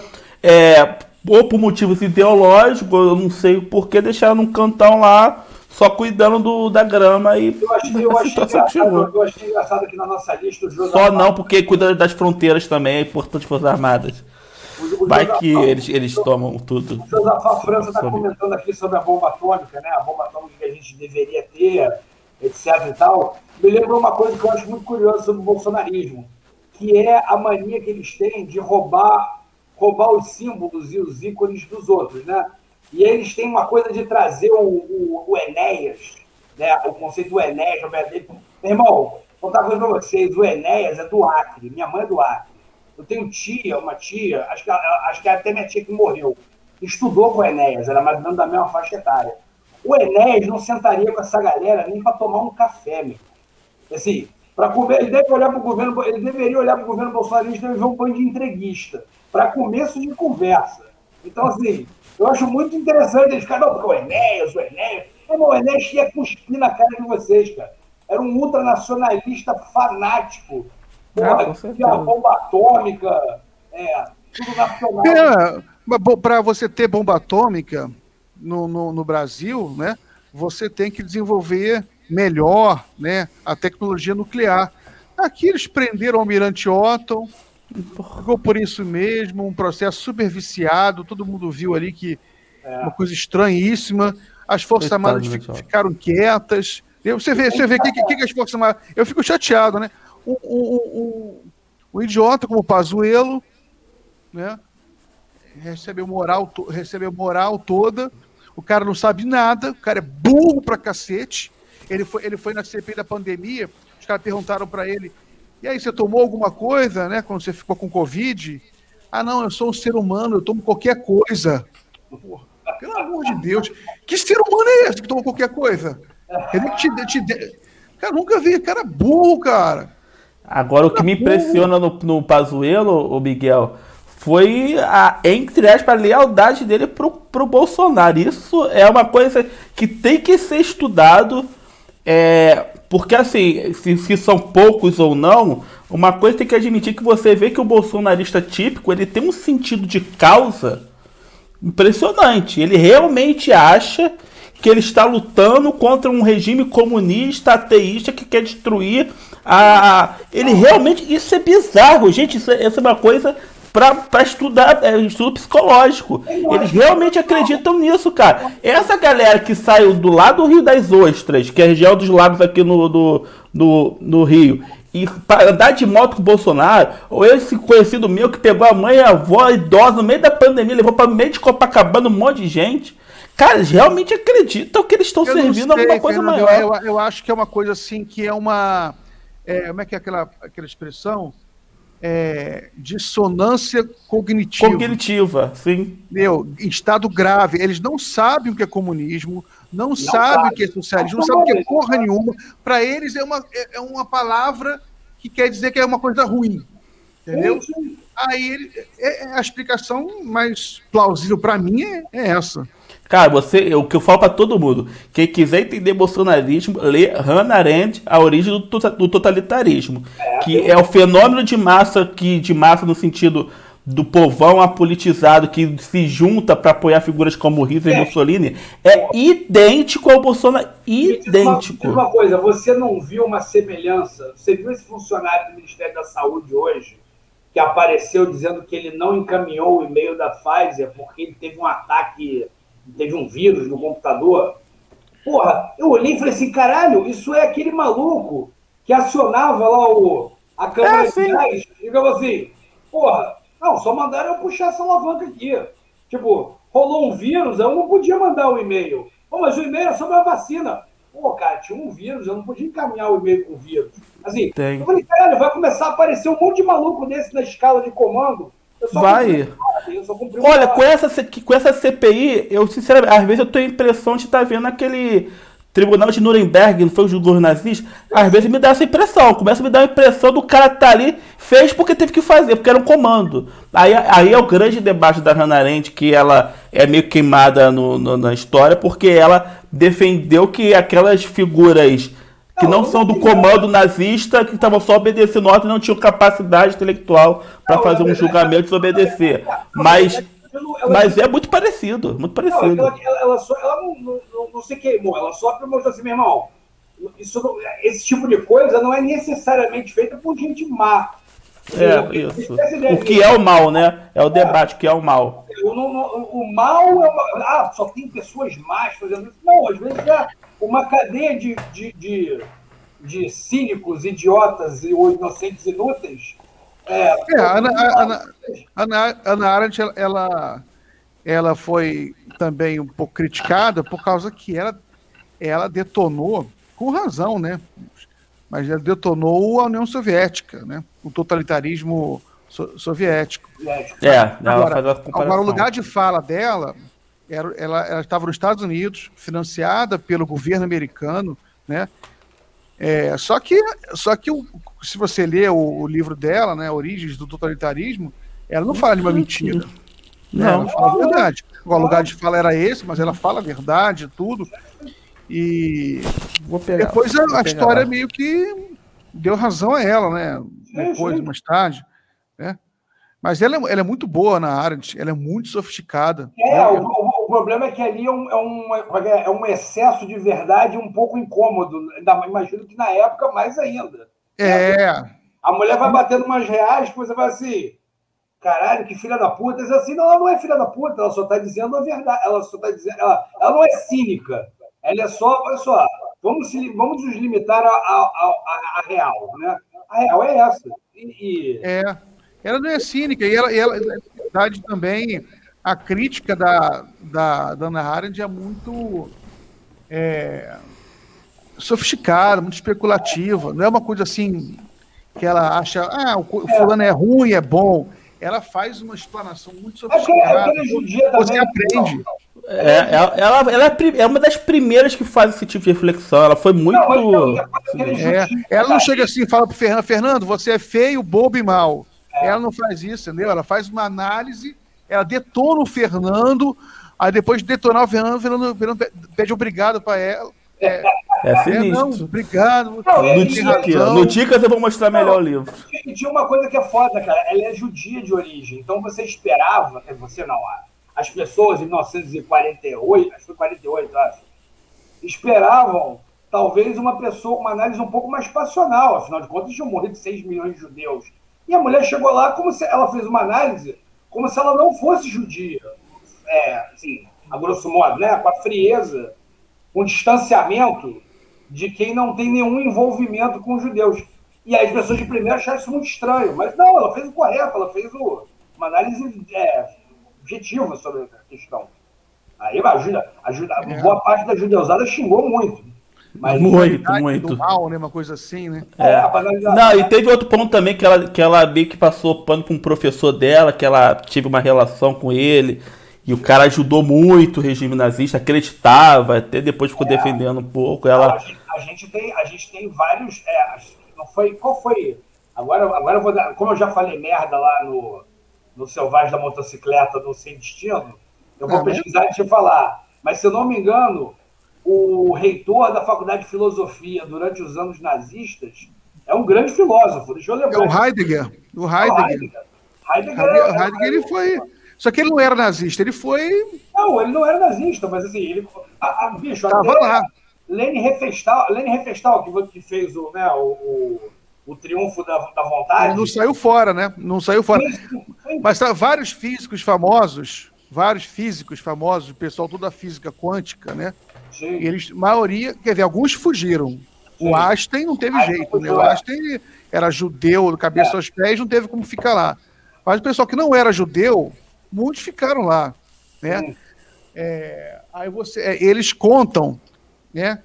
ou por motivos ideológicos, eu não sei por que, deixaram num cantão lá, só cuidando da grama e... Eu achei engraçado aqui na nossa lista o Josafá... Só não, porque cuida das fronteiras também, é importante as Forças Armadas. Vai que eles tomam tudo. O Josafá França está comentando aqui sobre a bomba atômica, né? A bomba atômica que a gente deveria ter, etc e tal. Me lembrou uma coisa que eu acho muito curiosa sobre o bolsonarismo, que é a mania que eles têm de roubar os símbolos e os ícones dos outros, né? E eles têm uma coisa de trazer o Enéas, né? O conceito do Enéas, meu irmão, vou contar uma coisa para vocês, o Enéas é do Acre, minha mãe é do Acre. Eu tenho uma tia, acho que até minha tia que morreu, estudou com o Enéas, era mais ou menos da mesma faixa etária. O Enéas não sentaria com essa galera nem para tomar um café, meu. Assim, para comer, ele deveria olhar para o governo bolsonarista e ver um banho de entreguista, para começo de conversa. Então, assim, eu acho muito interessante eles ficarem, não, porque o Enéas. O Enéas ia cuspir na cara de vocês, cara. Era um ultranacionalista fanático. Tinha a bomba atômica, tudo nacional. Para você ter bomba atômica no Brasil, né, você tem que desenvolver melhor, né, a tecnologia nuclear. Aqui eles prenderam o Almirante Otton, ficou por isso mesmo, um processo super viciado, todo mundo viu ali que uma coisa estranhíssima, as Forças Armadas ficaram quietas. Você vê o que as Forças Armadas... Eu fico chateado, né? O idiota como o Pazuello, né, recebeu moral toda, o cara não sabe nada, o cara é burro pra cacete. Ele foi na CPI da pandemia, os caras perguntaram pra ele, e aí, você tomou alguma coisa, né, quando você ficou com Covid? Ah, não, eu sou um ser humano, eu tomo qualquer coisa. Porra, pelo amor de Deus, que ser humano é esse que toma qualquer coisa? Cara, nunca vi, cara burro, cara. Agora, o que me impressiona no Pazuello, o Miguel, foi entre aspas, a lealdade dele pro Bolsonaro. Isso é uma coisa que tem que ser estudado, porque assim, se são poucos ou não, uma coisa tem que admitir que você vê que o bolsonarista típico, ele tem um sentido de causa impressionante. Ele realmente acha que ele está lutando contra um regime comunista, ateísta, que quer destruir ele realmente... Isso é bizarro, gente. Isso é uma coisa para estudar, estudo psicológico. Eles realmente acreditam nisso, cara. Essa galera que saiu do lado do Rio das Ostras, que é a região dos lagos aqui no Rio, e para andar de moto com o Bolsonaro, ou esse conhecido meu que pegou a mãe e a avó idosa no meio da pandemia, levou para o meio de Copacabana um monte de gente. Cara, eles realmente acreditam que eles estão servindo alguma coisa Fernando, maior. Eu acho que é uma coisa assim que é uma. Como é que é aquela expressão? Dissonância cognitiva. Cognitiva, sim. Em estado grave. Eles não sabem o que é comunismo, não sabem o que é socialismo, não sabem o que é porra nenhuma. Para eles é uma palavra que quer dizer que é uma coisa ruim. Entendeu? Aí a explicação mais plausível para mim é essa. Cara, o que eu falo pra todo mundo, quem quiser entender bolsonarismo, lê Hannah Arendt, A Origem do Totalitarismo, que é o fenômeno de massa no sentido do povão apolitizado que se junta para apoiar figuras como Hitler e Mussolini, é idêntico ao Bolsonaro, idêntico. Diz uma coisa, você não viu uma semelhança? Você viu esse funcionário do Ministério da Saúde hoje, que apareceu dizendo que ele não encaminhou o e-mail da Pfizer porque ele teve um ataque, teve um vírus no computador? Porra, eu olhei e falei assim, caralho, isso é aquele maluco que acionava lá a câmera de gás e ficava assim, porra, não, só mandaram eu puxar essa alavanca aqui. Tipo, rolou um vírus, eu não podia mandar o e-mail. Pô, mas o e-mail era sobre a vacina. Pô, cara, tinha um vírus, eu não podia encaminhar o e-mail com o vírus. Assim, eu falei, caralho, vai começar a aparecer um monte de maluco desse na escala de comando. Vai. Olha, com essa CPI, eu sinceramente, às vezes eu tenho a impressão de estar vendo aquele Tribunal de Nuremberg, não foi o julgo nazista? Às vezes me dá essa impressão, começa a me dar a impressão do cara que tá ali, fez porque teve que fazer, porque era um comando. Aí é o grande debate da Hannah Arendt, que ela é meio queimada na história, porque ela defendeu que aquelas figuras que não são do comando nazista, que estavam só obedecendo ordem, não tinham capacidade intelectual para fazer um julgamento e desobedecer. Mas é muito parecido, muito parecido. Ela não se queimou, ela só mostrou assim, meu irmão, esse tipo de coisa não é necessariamente feita por gente má. Isso. O que é o mal, né? É o debate, o que é o mal. O mal é uma... só tem pessoas más fazendo isso. Não, às vezes é uma cadeia de cínicos, idiotas e inocentes inúteis. Hannah Arendt, ela foi também um pouco criticada por causa que ela detonou, com razão, né? Mas ela detonou a União Soviética, né? O totalitarismo soviético. Agora, o lugar de fala dela, ela estava nos Estados Unidos, financiada pelo governo americano, né? Só que se você ler o livro dela, né, Origens do Totalitarismo, ela não fala de uma mentira. Não. Ela fala a verdade. O lugar de fala era esse, mas ela fala a verdade, tudo. E depois a história meio que deu razão a ela, né? Depois, mais tarde. Né? Mas ela é muito boa na Arendt, ela é muito sofisticada. O problema é que ali é um excesso de verdade um pouco incômodo. Imagino que na época mais ainda. A mulher vai batendo umas reais que você vai assim, caralho, que filha da puta. Diz assim, não, ela não é filha da puta, ela só está dizendo a verdade. Ela só está dizendo, ela não é cínica. Ela é só, olha só, vamos nos limitar a real, né? A real é essa. Ela não é cínica, e ela na verdade, também, a crítica da Hannah Arendt é muito sofisticada, muito especulativa. Não é uma coisa assim que ela acha, o fulano é ruim, é bom. Ela faz uma explanação muito sofisticada. Você aprende. Ela é uma das primeiras que faz esse tipo de reflexão. Ela foi muito. Ela não chega assim e fala pro Fernando, você é feio, bobo e mau. Ela não faz isso, entendeu? Ela faz uma análise, ela detona o Fernando, aí depois de detonar o Fernando pede obrigado para ela. Sinistro. Obrigado. No Dicas eu vou mostrar melhor o livro. E tinha uma coisa que é foda, cara. Ela é judia de origem. Então você esperava, você não, as pessoas em 1948, acho que foi 48, acho, esperavam talvez uma análise um pouco mais passional. Afinal de contas, tinham morrido 6 milhões de judeus. E a mulher chegou lá como se ela fez uma análise como se ela não fosse judia. Assim, a grosso modo, né? Com a frieza, com o distanciamento de quem não tem nenhum envolvimento com os judeus. E aí as pessoas de primeira acharam isso muito estranho. Mas não, ela fez o correto, ela fez uma análise objetiva sobre a questão. Aí boa parte da judeusada xingou muito. Mas muito. Do mal, né? Uma coisa assim, né? Não, e teve outro ponto também que ela meio que passou pano com um professor dela, que ela teve uma relação com ele, e o cara ajudou muito o regime nazista, acreditava, até depois ficou defendendo um pouco. Ela... A gente tem vários. Não foi, qual foi? Agora eu vou dar. Como eu já falei merda lá no Selvagem da Motocicleta do Sem Destino, eu vou pesquisar e te falar. Mas se eu não me engano, o reitor da Faculdade de Filosofia durante os anos nazistas é um grande filósofo. Deixa eu lembrar. É o Heidegger. Heidegger ele foi. Só que ele não era nazista, ele foi. Não, ele não era nazista, mas assim, ele. Bicho, tava lá. Leni Riefenstahl, que fez o Triunfo da Vontade. Ele não saiu fora, né? Não saiu fora. Sim. Mas vários físicos famosos, o pessoal toda da física quântica, né? Sim. Eles, maioria, quer dizer, alguns fugiram. Sim. O Einstein não teve jeito, né? O Einstein era judeu, do cabeça aos pés, não teve como ficar lá. Mas o pessoal que não era judeu, muitos ficaram lá, né? Aí eles contam, né?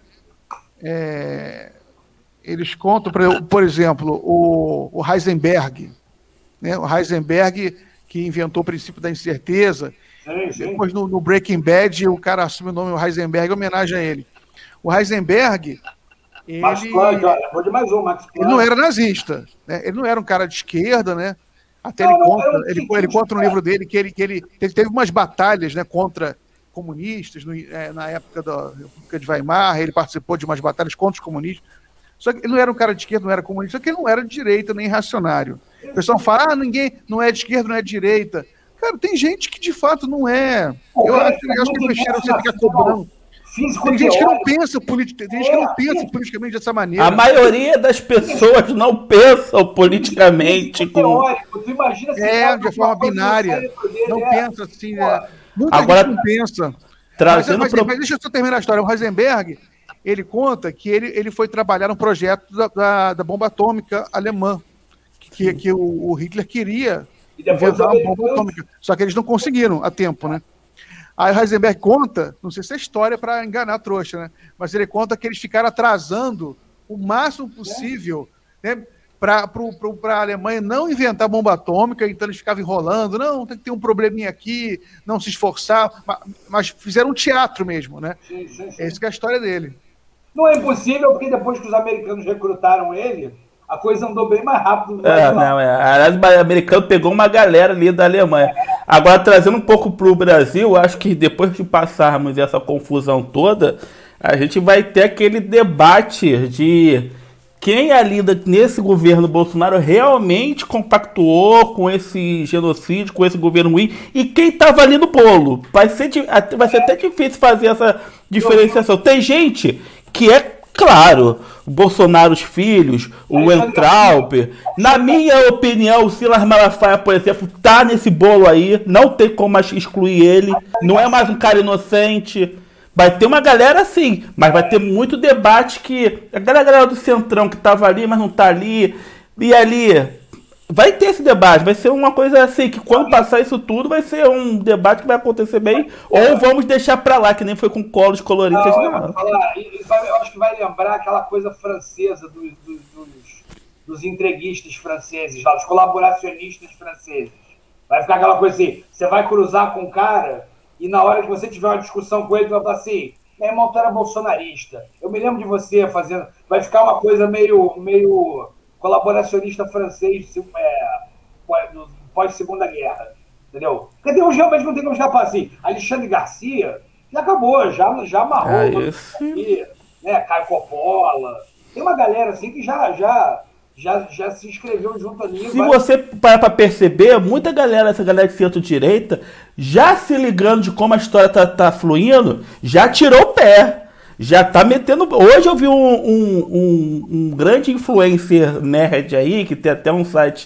Eles contam, por exemplo, o Heisenberg, né? O Heisenberg que inventou o princípio da incerteza. Sim. Depois no Breaking Bad o cara assume o nome Heisenberg em homenagem a ele. O Heisenberg, Max Planck, olha, vou de mais um, Max Planck. Ele não era nazista, né? Ele não era um cara de esquerda, né? Até ele conta no livro dele que ele teve umas batalhas, né, contra comunistas na época da República de Weimar. Ele participou de umas batalhas contra os comunistas. Só que ele não era um cara de esquerda, não era comunista, só que ele não era de direita nem reacionário. O pessoal fala, ninguém não é de esquerda, não é de direita. Cara, tem gente que de fato não é. Eu acho que o Teixeira você fica cobrando. Tem gente que não pensa politicamente dessa maneira. A maioria das pessoas não pensam politicamente. Tu imagina de forma binária. Não pensa assim. Muita Agora, gente não pensa. Mas deixa eu só terminar a história. O Heisenberg, ele conta que ele foi trabalhar no projeto da bomba atômica alemã, que o Hitler queria inventar uma bomba atômica. Só que eles não conseguiram a tempo, né? Aí o Heisenberg conta, não sei se é história para enganar a trouxa, né? Mas ele conta que eles ficaram atrasando o máximo possível, né? Para a Alemanha não inventar bomba atômica, então eles ficavam enrolando, não, tem que ter um probleminha aqui, não se esforçar, mas fizeram um teatro mesmo, né? Sim. Essa que é a história dele. Não é impossível, porque depois que os americanos recrutaram ele, a coisa andou bem mais rápido. O americano pegou uma galera ali da Alemanha. Agora, trazendo um pouco para o Brasil, acho que depois de passarmos essa confusão toda, a gente vai ter aquele debate de quem ali nesse governo Bolsonaro realmente compactuou com esse genocídio, com esse governo ruim, e quem estava ali no bolo. Vai ser até difícil fazer essa diferenciação. Tem gente que é, claro, o Bolsonaro, os filhos, o Weintraub. Na minha opinião, o Silas Malafaia, por exemplo, tá nesse bolo aí. Não tem como excluir ele. Não é mais um cara inocente. Vai ter uma galera assim, mas vai ter muito debate que a galera do Centrão que tava ali, mas não tá ali. E ali... Vai ter esse debate, vai ser uma coisa assim, que quando passar isso tudo, vai ser um debate que vai acontecer bem, ou vamos deixar pra lá, que nem foi com colos coloridos. Eu acho que vai lembrar aquela coisa francesa dos entreguistas franceses, lá, dos colaboracionistas franceses. Vai ficar aquela coisa assim, você vai cruzar com o cara, e na hora que você tiver uma discussão com ele, tu vai falar assim, meu irmão, tu era bolsonarista, eu me lembro de você fazendo... Vai ficar uma coisa meio colaboracionista francês pós-Segunda Guerra, entendeu? Porque tem uns realmente não tem como escapar assim. Alexandre Garcia já acabou, já amarrou aqui, né? Caio Coppola. Tem uma galera assim que já se inscreveu junto ali. Se você parar pra perceber, muita galera, essa galera de centro-direita, já se ligando de como a história tá fluindo, já tirou o pé. Já tá metendo... Hoje eu vi um grande influencer nerd aí, que tem até um site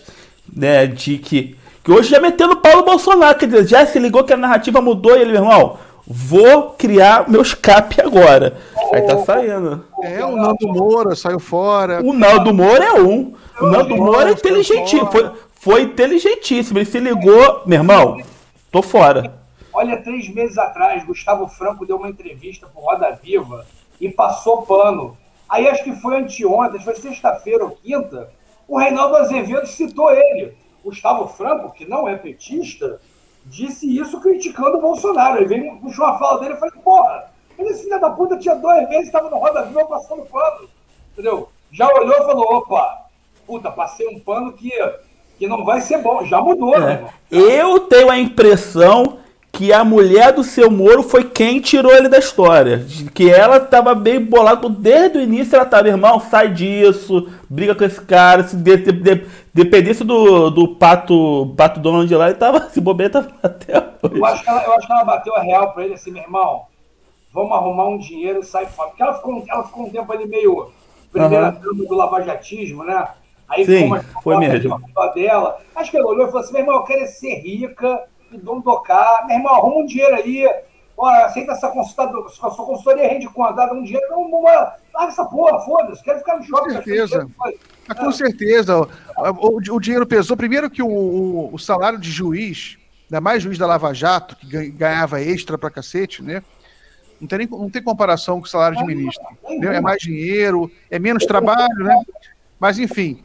né, de que hoje já metendo pau no Bolsonaro, quer dizer, já se ligou que a narrativa mudou e ele, meu irmão, vou criar meu escape agora. Aí tá saindo. O Nando Moura saiu fora. O Nando Moura é um. O Nando Moura é inteligentíssimo. Foi inteligentíssimo. Ele se ligou, meu irmão, tô fora. Olha, 3 meses atrás, Gustavo Franco deu uma entrevista pro Roda Viva e passou pano. Aí acho que foi anteontem, foi sexta-feira ou quinta, o Reinaldo Azevedo citou ele. Gustavo Franco, que não é petista, disse isso criticando o Bolsonaro. Ele veio puxou uma fala dele e falou, porra, esse filho da puta tinha 2 meses, estava no Roda Viva passando pano. Entendeu? Já olhou e falou, opa, puta, passei um pano que não vai ser bom. Já mudou, né, irmão? Eu tenho a impressão que a mulher do seu Moro foi quem tirou ele da história. Que ela tava bem bolada desde o início. Ela tava, irmão, sai disso, briga com esse cara. Se dependesse do Pato Donald lá, ele tava, se bobeira, tava até hoje. Eu acho que ela bateu a real pra ele assim, meu irmão, vamos arrumar um dinheiro e sai fora. Porque ela ficou um tempo ali meio primeira dama do lavajatismo, né? Aí sim, foi mesmo. Dela. Acho que ela olhou e falou assim, meu irmão, eu quero ser rica e dondocar. Meu irmão, arruma um dinheiro aí. Olha, aceita essa consultoria rende quanto? Dá um dinheiro. Não, larga essa porra, foda-se. Quero ficar no shopping. Com certeza. Com certeza. O dinheiro pesou. Primeiro que o salário de juiz, ainda mais juiz da Lava Jato, que ganhava extra pra cacete, né? Não tem comparação com o salário de ministro. É mais dinheiro, é menos trabalho, né? Mas, enfim.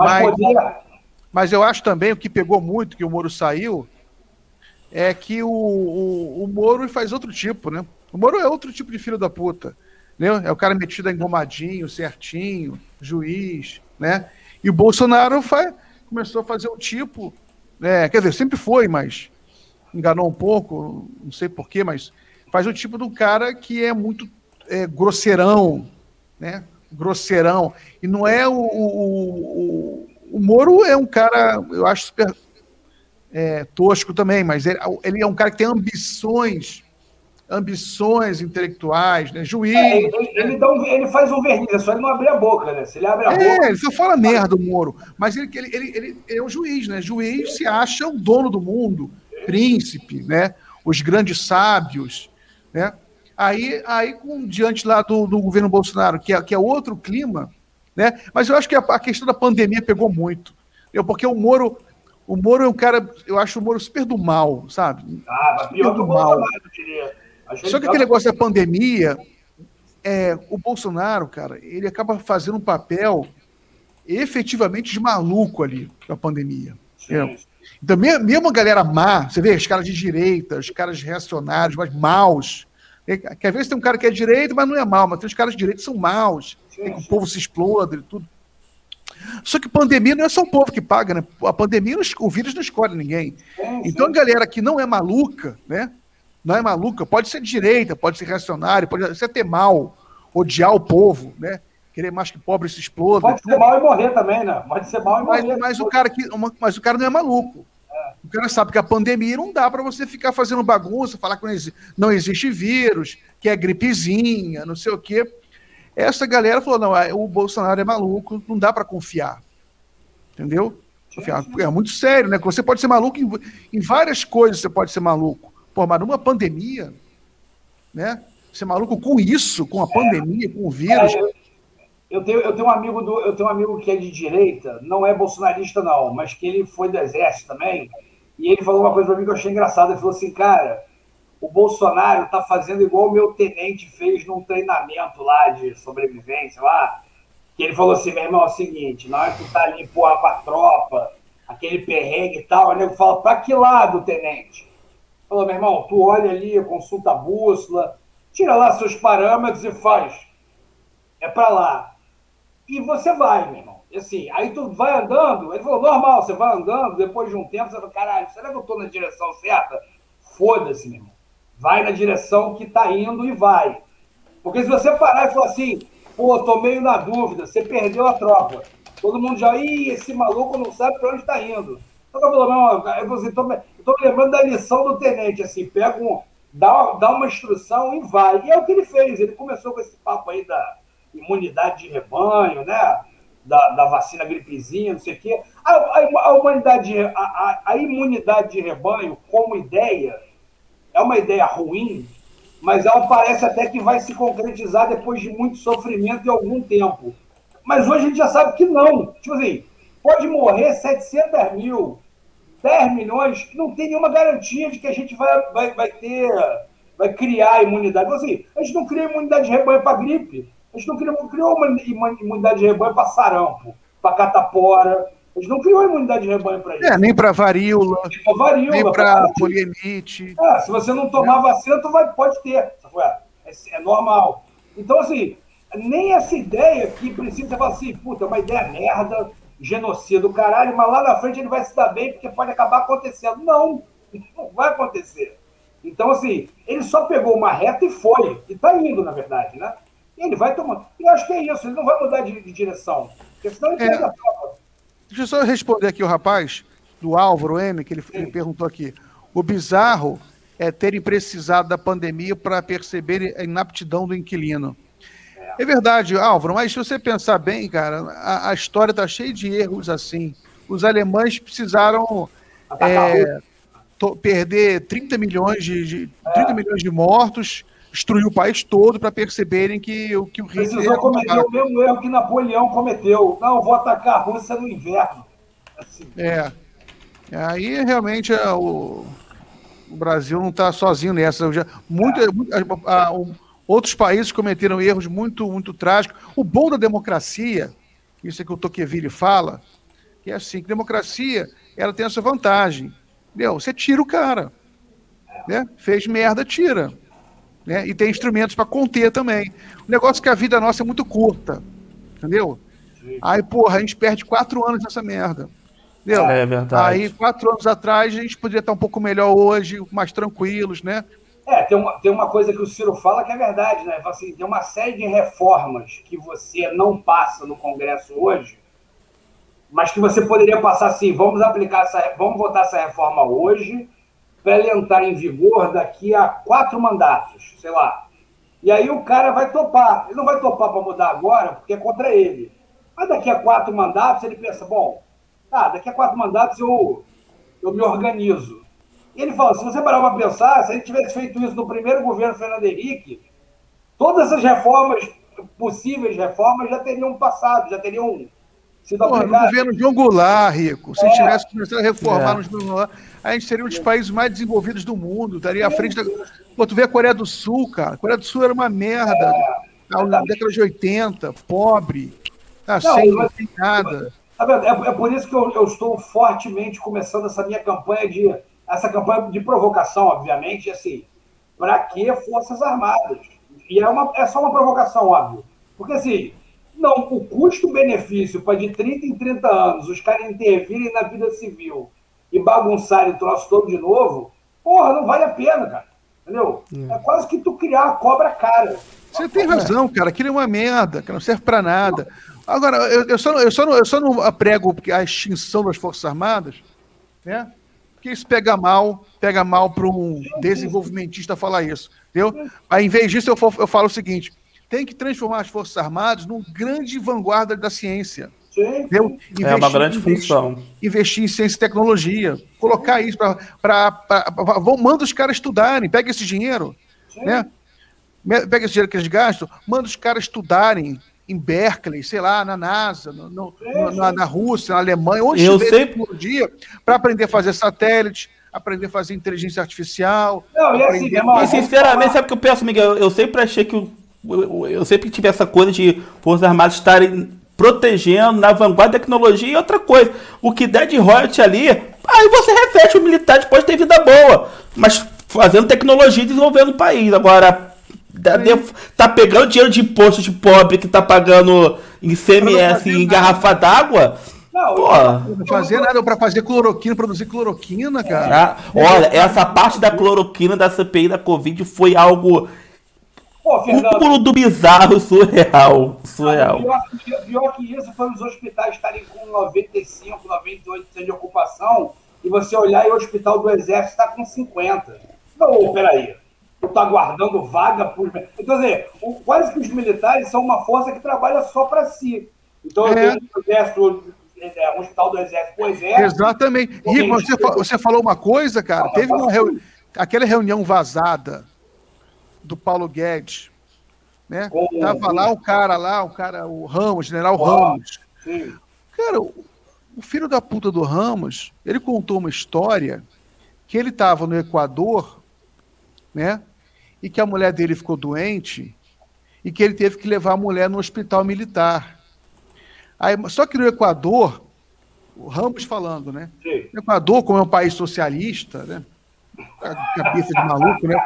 Mas eu acho também o que pegou muito, que o Moro saiu, é que o Moro faz outro tipo, né? O Moro é outro tipo de filho da puta. Né? É o cara metido engomadinho, certinho, juiz, né? E o Bolsonaro começou a fazer o tipo, né? Quer dizer, sempre foi, mas enganou um pouco, não sei porquê, mas faz o tipo do cara que é muito grosseirão, né? Grosseirão. E não é o Moro é um cara, eu acho super tosco também, mas ele é um cara que tem ambições intelectuais, né? Juiz. Ele faz um verniz, é só ele não abrir a boca, né? Se ele abre a boca. Ele só fala merda, o Moro. Mas ele é um juiz, né? Juiz se acha o dono do mundo, príncipe, né? Os grandes sábios, né? Aí diante lá do governo Bolsonaro, que é outro clima, né? Mas eu acho que a questão da pandemia pegou muito. Porque o Moro é um cara, eu acho o Moro super do mal, sabe? Pior do mal. Eu diria. Só que aquele negócio da pandemia, o Bolsonaro, cara, ele acaba fazendo um papel efetivamente de maluco ali com a pandemia. Então, mesmo a galera má, você vê os caras de direita, os caras reacionários, mas maus. Que às vezes tem um cara que é de direita, mas não é mau, mas tem os caras de direita que são maus, que o povo se exploda e tudo. Só que pandemia não é só o povo que paga, né? A pandemia, o vírus não escolhe ninguém. Então a galera que não é maluca, né? Não é maluca, pode ser de direita, pode ser reacionário, pode ser ter mal, odiar o povo, né? Querer mais que pobre se exploda. Pode ser mal e morrer também, né? Pode ser mal e morrer. Mas o cara não é maluco. O cara sabe que a pandemia não dá para você ficar fazendo bagunça, falar que não existe vírus, que é gripezinha, não sei o quê. Essa galera falou, não, o Bolsonaro é maluco, não dá para confiar. Entendeu? É muito sério, né? Você pode ser maluco em várias coisas, você pode ser maluco. Pô, mas numa pandemia, né? Ser maluco com isso, com a pandemia, com o vírus. Eu tenho um amigo que é de direita, não é bolsonarista não, mas que ele foi do exército também, e ele falou uma coisa para mim que eu achei engraçada. Ele falou assim, cara, o Bolsonaro tá fazendo igual o meu tenente fez num treinamento lá de sobrevivência lá, que ele falou assim, meu irmão, é o seguinte, na hora que tu tá ali, porra, com a tropa, aquele perrengue e tal, o nego fala, pra que lado, tenente? Falou, meu irmão, tu olha ali, consulta a bússola, tira lá seus parâmetros e faz. É pra lá. E você vai, meu irmão. E assim, aí tu vai andando, ele falou, normal, você vai andando, depois de um tempo, você fala, caralho, será que eu tô na direção certa? Foda-se, meu irmão. Vai na direção que tá indo e vai. Porque se você parar e falar assim, pô, tô meio na dúvida, você perdeu a tropa. Todo mundo já, esse maluco não sabe pra onde tá indo. Então, eu tô me lembrando da lição do tenente, assim, dá uma instrução e vai. E é o que ele fez, ele começou com esse papo aí da imunidade de rebanho, né? da vacina gripezinha, não sei o quê. A imunidade de rebanho, como ideia, é uma ideia ruim, mas ela parece até que vai se concretizar depois de muito sofrimento e algum tempo. Mas hoje a gente já sabe que não. Tipo assim, pode morrer 700 mil, 10 milhões, que não tem nenhuma garantia de que a gente vai criar a imunidade. Então, assim, a gente não cria imunidade de rebanho para gripe, a gente não criou uma imunidade de rebanho para sarampo, para catapora, a gente não criou imunidade de rebanho para isso. Nem para varíola, nem para poliomite. Se você não tomar vacina, pode ter. É normal. Então, assim, nem essa ideia que precisa falar assim, puta, é uma ideia merda, genocida do caralho, mas lá na frente ele vai se dar bem porque pode acabar acontecendo. Não vai acontecer. Então, assim, ele só pegou uma reta e foi. E tá indo, na verdade, né? E ele vai tomando. E acho que é isso, ele não vai mudar de direção. Porque senão ele perde a prova. Deixa eu só responder aqui o rapaz, do Álvaro M, que ele perguntou aqui. O bizarro é terem precisado da pandemia para perceber a inaptidão do inquilino. É verdade, Álvaro, mas se você pensar bem, cara, a história está cheia de erros assim. Os alemães precisaram perder 30 milhões de mortos, destruir o país todo para perceberem que o Hitler... Precisou cometer o mesmo erro que Napoleão cometeu. Não, vou atacar a Rússia no inverno. Assim. Aí realmente o Brasil não está sozinho nessa. Outros países cometeram erros muito, muito trágicos. O bom da democracia, isso é que o Tocqueville fala, que é assim, que democracia ela tem essa vantagem. Entendeu? Você tira o cara. Né? Fez merda, tira. Né? E tem instrumentos para conter também. O negócio é que a vida nossa é muito curta. Entendeu? Aí, porra, a gente perde 4 anos nessa merda. Entendeu? É verdade. Aí, 4 anos atrás, a gente poderia estar um pouco melhor hoje, mais tranquilos, né? Tem uma coisa que o Ciro fala que é verdade, né? Assim, tem uma série de reformas que você não passa no Congresso hoje, mas que você poderia passar assim, vamos votar essa reforma hoje, para ela entrar em vigor daqui a 4 mandatos, sei lá. E aí o cara vai topar. Ele não vai topar para mudar agora, porque é contra ele. Mas daqui a 4 mandatos ele pensa, bom, daqui a 4 mandatos eu me organizo. E ele fala, se você parar para pensar, se a gente tivesse feito isso no primeiro governo Fernando Henrique, todas as possíveis reformas já teriam passado, já teriam sido aplicadas. No governo João Goulart, Rico, se tivesse começado a reformar nos governos, a gente seria um dos países mais desenvolvidos do mundo, estaria à frente da... Pô, tu vê a Coreia do Sul, cara, a Coreia do Sul era uma merda, na década de 80, pobre, sem nada. É por isso que eu estou fortemente começando essa minha campanha de provocação, obviamente, assim, para que Forças Armadas? E é só uma provocação, óbvio. Porque, assim, não, o custo-benefício para de 30 em 30 anos os caras intervirem na vida civil e bagunçarem o troço todo de novo, porra, não vale a pena, cara. Entendeu? É quase que tu criar a cobra cara. Você tem razão, cara. Aquilo é uma merda, que não serve para nada. Agora, eu só não aprego a extinção das Forças Armadas, né? Porque isso pega mal para um desenvolvimentista falar isso, entendeu? Aí, em vez disso, eu falo o seguinte, tem que transformar as Forças Armadas num grande vanguarda da ciência. Sim. É uma grande função. Investir em ciência e tecnologia, colocar isso manda os caras estudarem, pega esse dinheiro, né? Pega esse dinheiro que eles gastam, manda os caras estudarem em Berkeley, sei lá, na NASA, na Rússia, na Alemanha, onde tiver tecnologia, para aprender a fazer satélite, aprender a fazer inteligência artificial. E sinceramente, sabe o que eu penso, Miguel? Eu sempre achei que eu sempre tive essa coisa de Forças Armadas estarem protegendo na vanguarda da tecnologia e outra coisa. O que der de royalty ali, aí você reveste o militar, pode ter vida boa, mas fazendo tecnologia e desenvolvendo o país. Agora, tá pegando dinheiro de imposto de pobre que tá pagando em CMS em garrafa d'água. Não fazer nada para fazer cloroquina, produzir cloroquina, cara. Olha, essa parte da cloroquina da CPI da Covid foi algo cúmulo do bizarro, surreal. Pior que isso foi os hospitais estarem com 95%, 98% de ocupação e você olhar e o hospital do Exército está com 50%. Não, peraí. Tu tá guardando vaga por... Então, quase que os militares são uma força que trabalha só para si. Então eu tenho o exército, um hospital do exército pro exército. Exatamente. Rico, você falou uma coisa, cara. Teve aquela reunião vazada do Paulo Guedes, né? Tava lá o Ramos, general Ramos. Sim. Cara, o filho da puta do Ramos, ele contou uma história que ele estava no Equador, né? E que a mulher dele ficou doente e que ele teve que levar a mulher no hospital militar. Aí, só que no Equador, o Ramos falando, né? Sim. O Equador, como é um país socialista, né? Cabeça de maluco, né?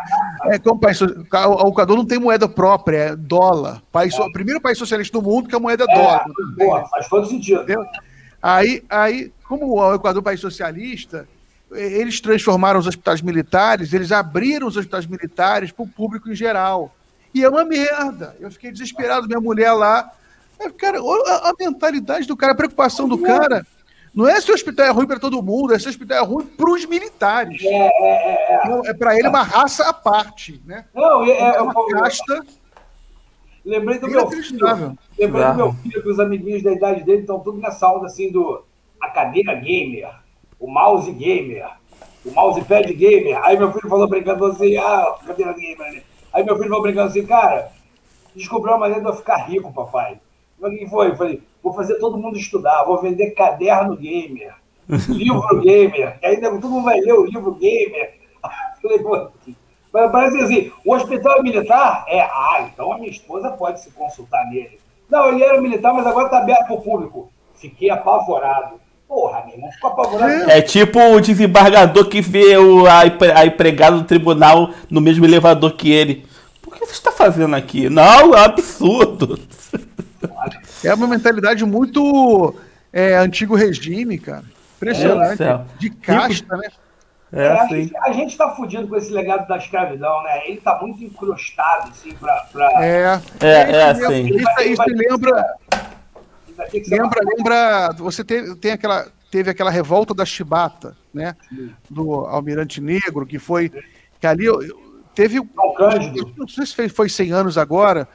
O Equador não tem moeda própria, é dólar. Primeiro país socialista do mundo que a moeda é dólar. Boa, faz todo sentido. Entendeu? Aí, como o Equador é um país socialista, eles transformaram os hospitais militares, eles abriram os hospitais militares para o público em geral. E é uma merda. Eu fiquei desesperado, minha mulher lá. Cara, a mentalidade do cara, a preocupação do cara, não é se o hospital é ruim para todo mundo, é se o hospital é ruim para os militares. É para ele uma raça à parte, né? Não, é uma casta. Lembrei do meu filho. Lembrei do meu filho, que os amiguinhos da idade dele estão tudo nessa onda assim a cadeira gamer, o mouse gamer, o mousepad gamer. Aí meu filho falou brincando assim, cadeira gamer. Aí meu filho falou brincando assim, cara, descobriu uma maneira de eu ficar rico, papai. Eu falei, vou fazer todo mundo estudar, vou vender caderno gamer, livro gamer, que aí todo mundo vai ler o livro gamer. Falei, pô, parece assim, o hospital é militar? Então a minha esposa pode se consultar nele. Não, ele era militar, mas agora está aberto para o público. Fiquei apavorado. Porra, meu irmão, ficou apavorado. É tipo o desembargador que vê a empregada do tribunal no mesmo elevador que ele. Por que você está fazendo aqui? Não, é um absurdo. É uma mentalidade muito antigo regime, cara. Impressionante. De casta, né? A gente está fudido com esse legado da escravidão, né? Ele está muito encrustado, assim, pra... sim. Isso lembra... Você teve aquela revolta da Chibata, né? Do Almirante Negro, que foi... Que ali teve... Não sei se foi 100 anos agora.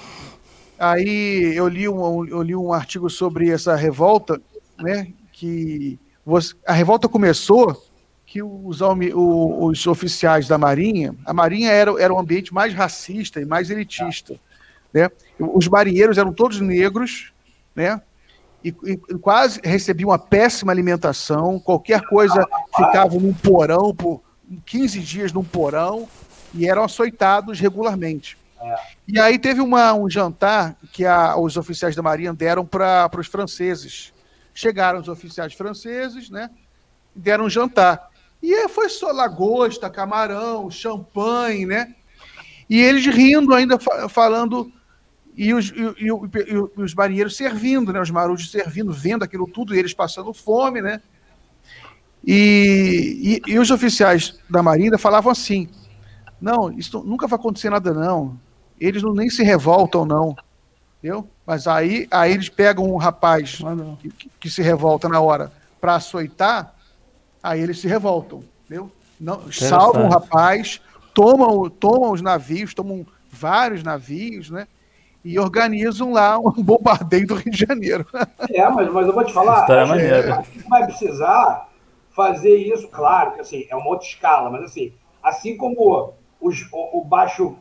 Aí eu li um artigo sobre essa revolta, né? Que a revolta começou... que os oficiais da Marinha, a Marinha era um ambiente mais racista e mais elitista, né? Os marinheiros eram todos negros, né? E quase recebiam uma péssima alimentação, qualquer coisa ficava num porão, por 15 dias num porão, e eram açoitados regularmente. E aí teve um jantar que os oficiais da Marinha deram para os franceses. Chegaram os oficiais franceses, né? Deram um jantar. E foi só lagosta, camarão, champanhe, né? E eles rindo ainda, falando, e os marinheiros servindo, né? Os marujos servindo, vendo aquilo tudo, e eles passando fome, né? E os oficiais da Marinha falavam assim, não, isso nunca vai acontecer nada, não. Eles nem se revoltam, não. Entendeu? Mas aí eles pegam um rapaz que se revolta na hora para açoitar, aí eles se revoltam, entendeu? Salvam o rapaz, tomam os navios, tomam vários navios, né? E organizam lá um bombardeio do Rio de Janeiro. Mas eu vou te falar, a gente vai precisar fazer isso, claro, que assim, é uma outra escala, mas assim como o baixo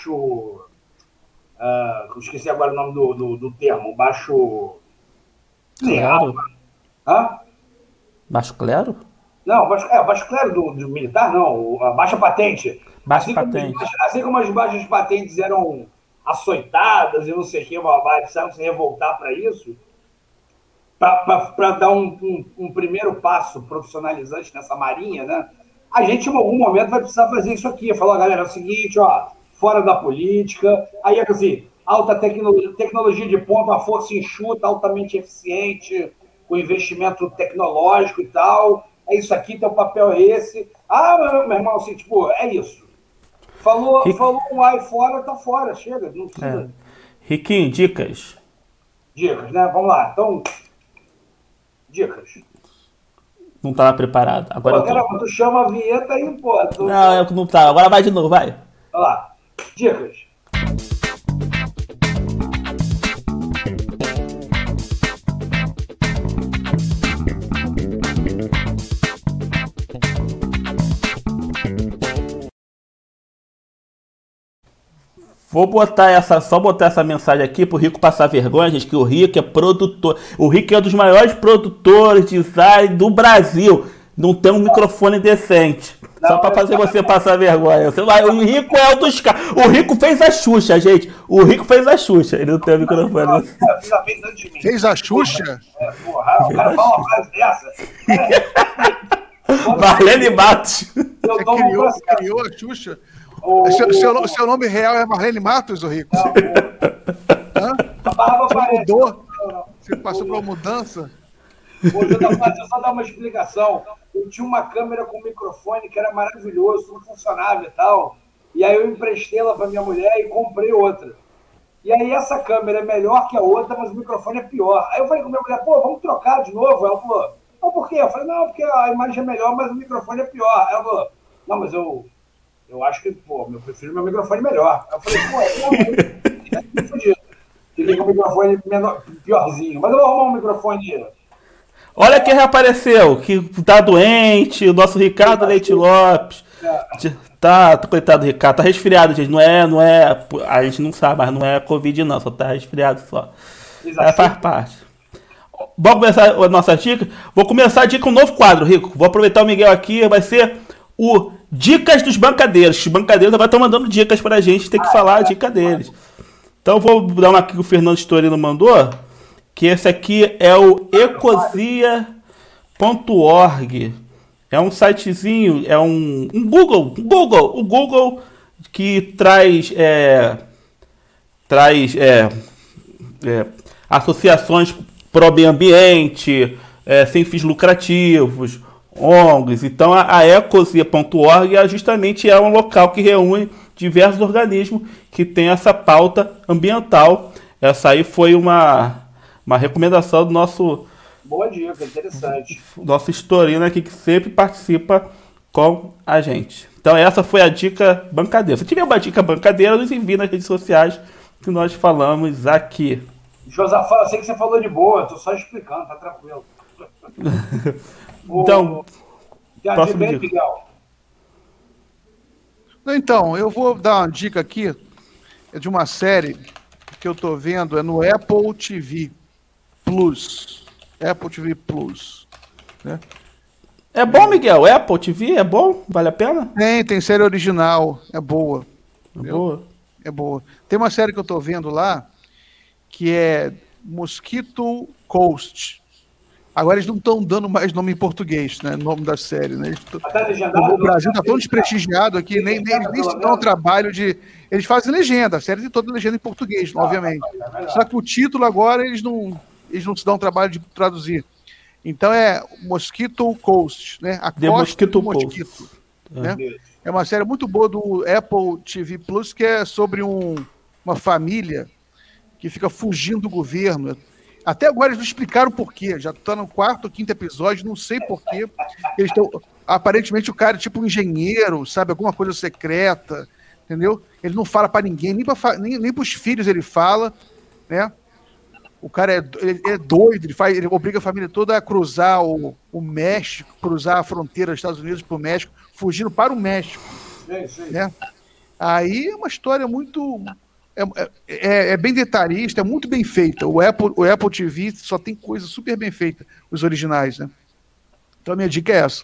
esqueci agora o nome do termo, o baixo clero. Baixo clero? Não, o baixo clero do militar, não, a baixa patente. Assim como as baixas patentes eram açoitadas e não sei o que, precisaram se revoltar para isso, para dar um primeiro passo profissionalizante nessa marinha, né? A gente, em algum momento, vai precisar fazer isso aqui. Falar, galera, é o seguinte, fora da política, aí assim, alta tecnologia de ponta, uma força enxuta, altamente eficiente, com investimento tecnológico e tal. É isso aqui, teu papel é esse. Meu irmão, assim, é isso. Falou um ai fora, tá fora, chega, não precisa. Riquinho, dicas. Dicas, né? Vamos lá. Então, dicas. Não tava preparado. Agora tu chama a vinheta aí, pô. Não, não tá. Agora vai de novo, vai. Olha lá. Dicas. Vou só botar essa mensagem aqui pro Rico passar vergonha, gente, que o Rico é produtor. O Rico é um dos maiores produtores de design do Brasil. Não tem um microfone decente. Só pra fazer você passar vergonha. O Rico é um dos caras. O Rico fez a Xuxa, gente. O Rico fez a Xuxa. Ele não tem o microfone. Fez a Xuxa? Porra, o cara fala uma frase dessa. Marlene Matos. Você criou a Xuxa? Seu nome real é Marlene Matos, ô Rico? A barba mudou? Você passou por uma mudança? Deixa eu só dar uma explicação. Eu tinha uma câmera com microfone que era maravilhoso, tudo funcionava e tal. E aí eu emprestei ela para minha mulher e comprei outra. E aí essa câmera é melhor que a outra, mas o microfone é pior. Aí eu falei com minha mulher, pô, vamos trocar de novo? Ela falou, não, por quê? Eu falei, não, porque a imagem é melhor, mas o microfone é pior. Aí ela falou, não, mas eu acho que, pô, eu prefiro meu microfone melhor. Aí eu falei, pô, é fodido. Fiquei com o microfone piorzinho. Mas eu vou arrumar um microfone. Olha quem reapareceu, que tá doente, o nosso Ricardo Leite Lopes. Coitado do Ricardo, tá resfriado, gente. Não é, a gente não sabe, mas não é Covid não, só tá resfriado só. Faz parte. Vamos começar a nossa dica? Vou começar a dica com um novo quadro, Rico. Vou aproveitar o Miguel aqui, vai ser o Dicas dos Bancadeiros. Os bancadeiros agora estão mandando dicas pra gente, tem que falar a dica deles. Então vou dar uma aqui que o Fernando Storino mandou, que esse aqui é o ecosia.org. É um sitezinho, é um Google que traz associações pro meio ambiente, sem fins lucrativos, ONGs. Então a ecosia.org justamente é um local que reúne diversos organismos que tem essa pauta ambiental. Essa aí foi uma recomendação do nosso... Boa dica, interessante. Nosso Storino aqui, que sempre participa com a gente. Então essa foi a dica bancadeira. Se tiver uma dica bancadeira, nos envie nas redes sociais que nós falamos aqui. Josafá, eu sei que você falou de boa, tô só explicando, tá tranquilo. Então, próximo dica. Miguel. Então, eu vou dar uma dica aqui, é de uma série que eu tô vendo, é no Apple TV Plus. Apple TV Plus. Né? É bom, Miguel? Apple TV é bom? Vale a pena? Tem série original, é boa. É boa. Tem uma série que eu tô vendo lá, que é Mosquito Coast. Agora eles não estão dando mais nome em português, né? Nome da série, né? O Brasil está tão desprestigiado aqui, nem se dão o trabalho de... Eles fazem legenda, a série tem toda legenda em português, obviamente. Só que o título agora eles não se dão o trabalho de traduzir. Então é Mosquito Coast, né? A costa do mosquito. Né? É uma série muito boa do Apple TV Plus, que é sobre uma família que fica fugindo do governo. Até agora eles não explicaram por quê. Já está no 4º ou 5º episódio, não sei por quê. Eles estão... Aparentemente o cara é tipo um engenheiro, sabe? Alguma coisa secreta, entendeu? Ele não fala para ninguém, nem para os filhos ele fala, né? O cara é doido, ele obriga a família toda a cruzar o México, cruzar a fronteira dos Estados Unidos para o México, fugindo para o México. Né? Aí é uma história muito... É bem detalhista, é muito bem feita. O Apple TV só tem coisa super bem feita, os originais, né? Então a minha dica é essa.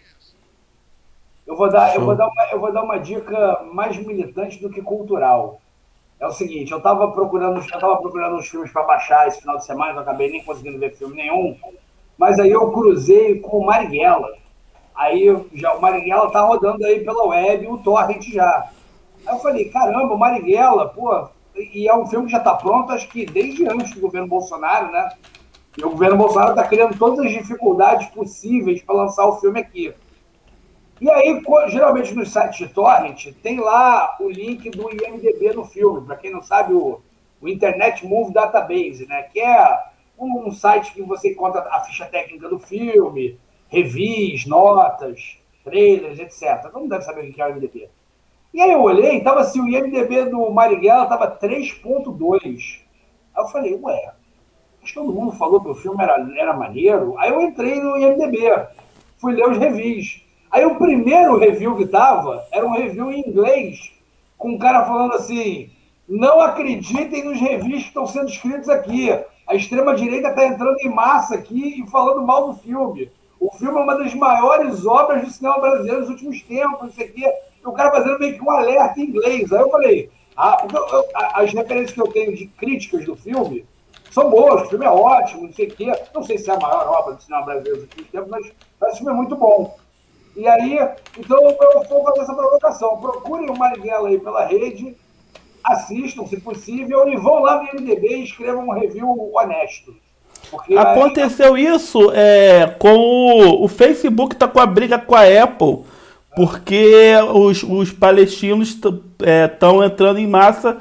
Eu vou dar uma dica mais militante do que cultural. É o seguinte, eu estava procurando uns filmes para baixar esse final de semana, eu acabei nem conseguindo ver filme nenhum, mas aí eu cruzei com o Marighella. Aí o Marighella tá rodando aí pela web, o Torrent já. Aí eu falei, caramba, o Marighella, pô, e é um filme que já está pronto, acho que desde antes do governo Bolsonaro, né? E o governo Bolsonaro está criando todas as dificuldades possíveis para lançar o filme aqui. E aí, geralmente nos sites de torrent, tem lá o link do IMDb no filme. Para quem não sabe, o Internet Movie Database, né? Que é um site que você encontra a ficha técnica do filme, reviews, notas, trailers, etc. Todo mundo deve saber o que é o IMDb. E aí eu olhei, tava assim, o IMDb do Marighella tava 3.2. Aí eu falei, ué, mas todo mundo falou que o filme era maneiro. Aí eu entrei no IMDb, fui ler os reviews. Aí o primeiro review que tava, era um review em inglês, com um cara falando assim, Não acreditem nos reviews que estão sendo escritos aqui. A extrema-direita está entrando em massa aqui e falando mal do filme. O filme é uma das maiores obras do cinema brasileiro dos últimos tempos, isso aqui. E o cara fazendo meio que um alerta em inglês. Aí eu falei, porque as referências que eu tenho de críticas do filme são boas, o filme é ótimo, não sei o quê. Não sei se é a maior obra do cinema brasileiro dos últimos tempos, mas esse filme é muito bom. E aí, então eu vou fazer essa provocação. Procurem o Marighella aí pela rede, assistam, se possível, e vão lá no IMDb e escrevam um review honesto. Porque aconteceu isso com o Facebook, tá com a briga com a Apple, porque os palestinos estão entrando em massa,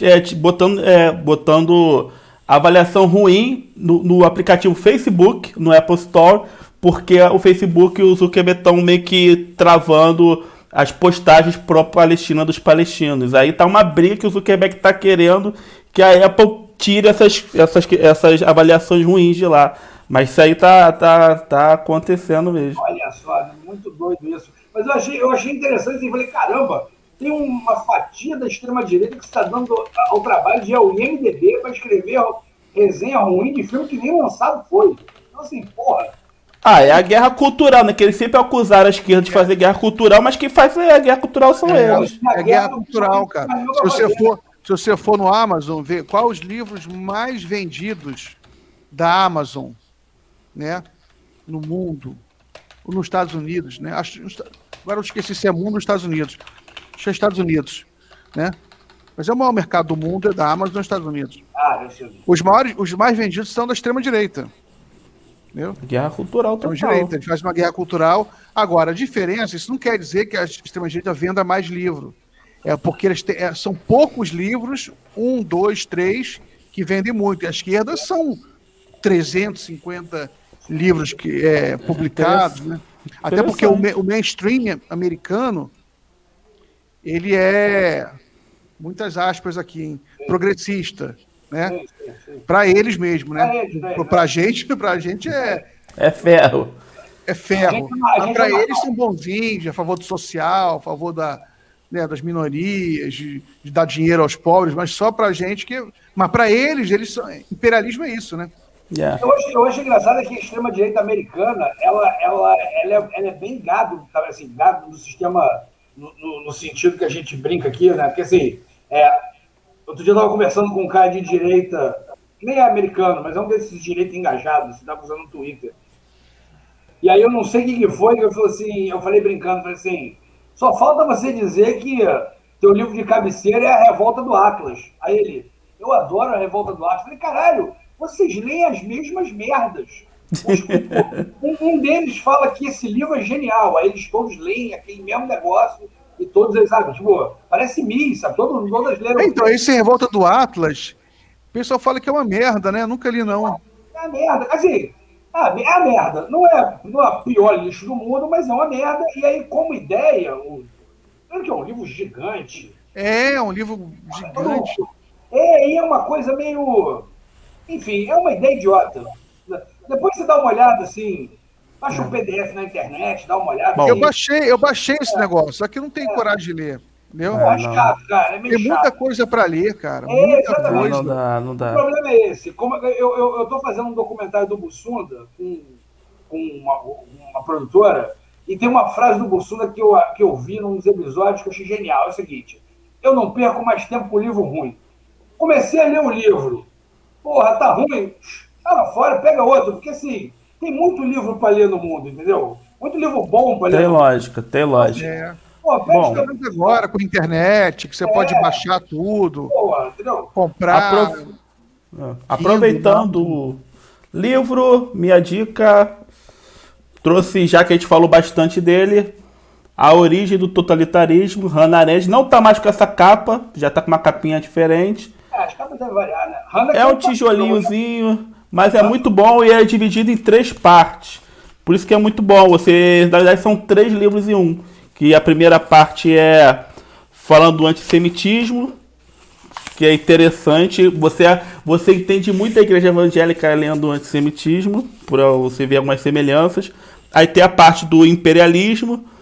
botando avaliação ruim no aplicativo Facebook, no Apple Store, porque o Facebook e o Zuckerberg estão meio que travando as postagens pró-Palestina dos palestinos. Aí tá uma briga que o Zuckerberg tá querendo que a Apple tire essas avaliações ruins de lá. Mas isso aí tá acontecendo mesmo. Olha só, muito doido isso. Mas eu achei interessante e falei, caramba, tem uma fatia da extrema-direita que está dando ao trabalho de ir ao IMDb para escrever resenha ruim de filme que nem lançado foi. Então, assim, porra. É a guerra cultural, né? Que eles sempre acusaram a esquerda de fazer guerra cultural, mas quem faz a guerra cultural são eles. É guerra cultural, cara. Se você for no Amazon, ver quais os livros mais vendidos da Amazon, né? No mundo, ou nos Estados Unidos, né? Agora eu esqueci se é mundo ou Estados Unidos. Acho que é Estados Unidos, né? Mas é o maior mercado do mundo, é da Amazon nos Estados Unidos. Os mais vendidos são da extrema-direita. Entendeu? Guerra cultural total. Extrema-direita, ele faz uma guerra cultural. Agora, a diferença, isso não quer dizer que a extrema-direita venda mais livro. É porque são poucos livros, 1, 2, 3, que vendem muito. E a esquerda são 350 livros publicados, né? Até porque o mainstream americano, ele é, muitas aspas aqui, hein, progressista, né? Para eles mesmo, né? Pra gente é ferro. É ferro. Para eles são bonzinhos, a favor do social, a favor das minorias, de dar dinheiro aos pobres, mas só pra gente que... Mas para eles são... imperialismo é isso, né? Yeah. Eu acho engraçado que a extrema-direita americana, ela é bem gado, assim, gado do sistema, no sentido que a gente brinca aqui, né? Porque, assim, outro dia eu estava conversando com um cara de direita, nem é americano, mas é um desses direitos engajados, você estava usando no Twitter. E aí eu não sei o que foi, que eu falei brincando, falei assim, só falta você dizer que teu livro de cabeceira é a Revolta do Atlas. Aí ele, eu adoro a Revolta do Atlas. Eu falei, caralho, vocês leem as mesmas merdas. Um deles fala que esse livro é genial, aí eles todos leem aquele mesmo negócio e todos eles, sabe, tipo, parece missa, todas leram. Então, esse Revolta do Atlas, o pessoal fala que é uma merda, né? Eu nunca li, não. É uma merda, assim, é uma merda. Não é o pior lixo do mundo, mas é uma merda. E aí, como ideia, que é um livro gigante. É um livro gigante. E é uma coisa meio... Enfim, é uma ideia idiota. Depois você dá uma olhada, assim, baixa um PDF na internet, dá uma olhada. Bom, eu baixei esse negócio, só que eu não tenho coragem de ler. Entendeu? É chato, cara, é meio Tem muita coisa para ler, cara. Muita coisa. Não dá. O problema é esse. Como eu tô fazendo um documentário do Bussunda com uma produtora, e tem uma frase do Bussunda que eu vi num dos episódios que eu achei genial. É o seguinte, eu não perco mais tempo com livro ruim. Comecei a ler um livro. Porra, tá ruim? Tava fora, pega outro. Porque, assim, tem muito livro para ler no mundo, entendeu? Muito livro bom para ler. Tem lógica. Pô, bom, agora com a internet, que você pode baixar tudo, comprar. Aproveitando o livro, minha dica, trouxe, já que a gente falou bastante dele, A Origem do Totalitarismo, Hannah Arendt. Não tá mais com essa capa, já tá com uma capinha diferente. As capas devem variar, né? É um tijolinhozinho, mas é muito bom e é dividido em 3 partes. Por isso que é muito bom. Na verdade, são 3 livros em um. Que a primeira parte é falando do antissemitismo, que é interessante. Você entende muito a igreja evangélica lendo o antissemitismo, por você ver algumas semelhanças. Aí tem a parte do imperialismo.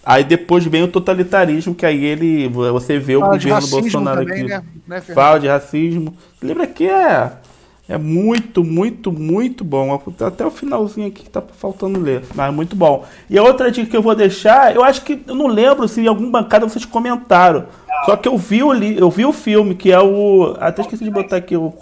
Aí depois vem o totalitarismo, que aí você vê o governo Bolsonaro também, aqui. né, Fala de racismo. Lembra que é muito, muito, muito bom. Até o finalzinho aqui que tá faltando ler, mas muito bom. E a outra dica que eu vou deixar, eu acho que, eu não lembro se em alguma bancada vocês comentaram. Só que eu vi o filme, que é o... Até esqueci de botar aqui o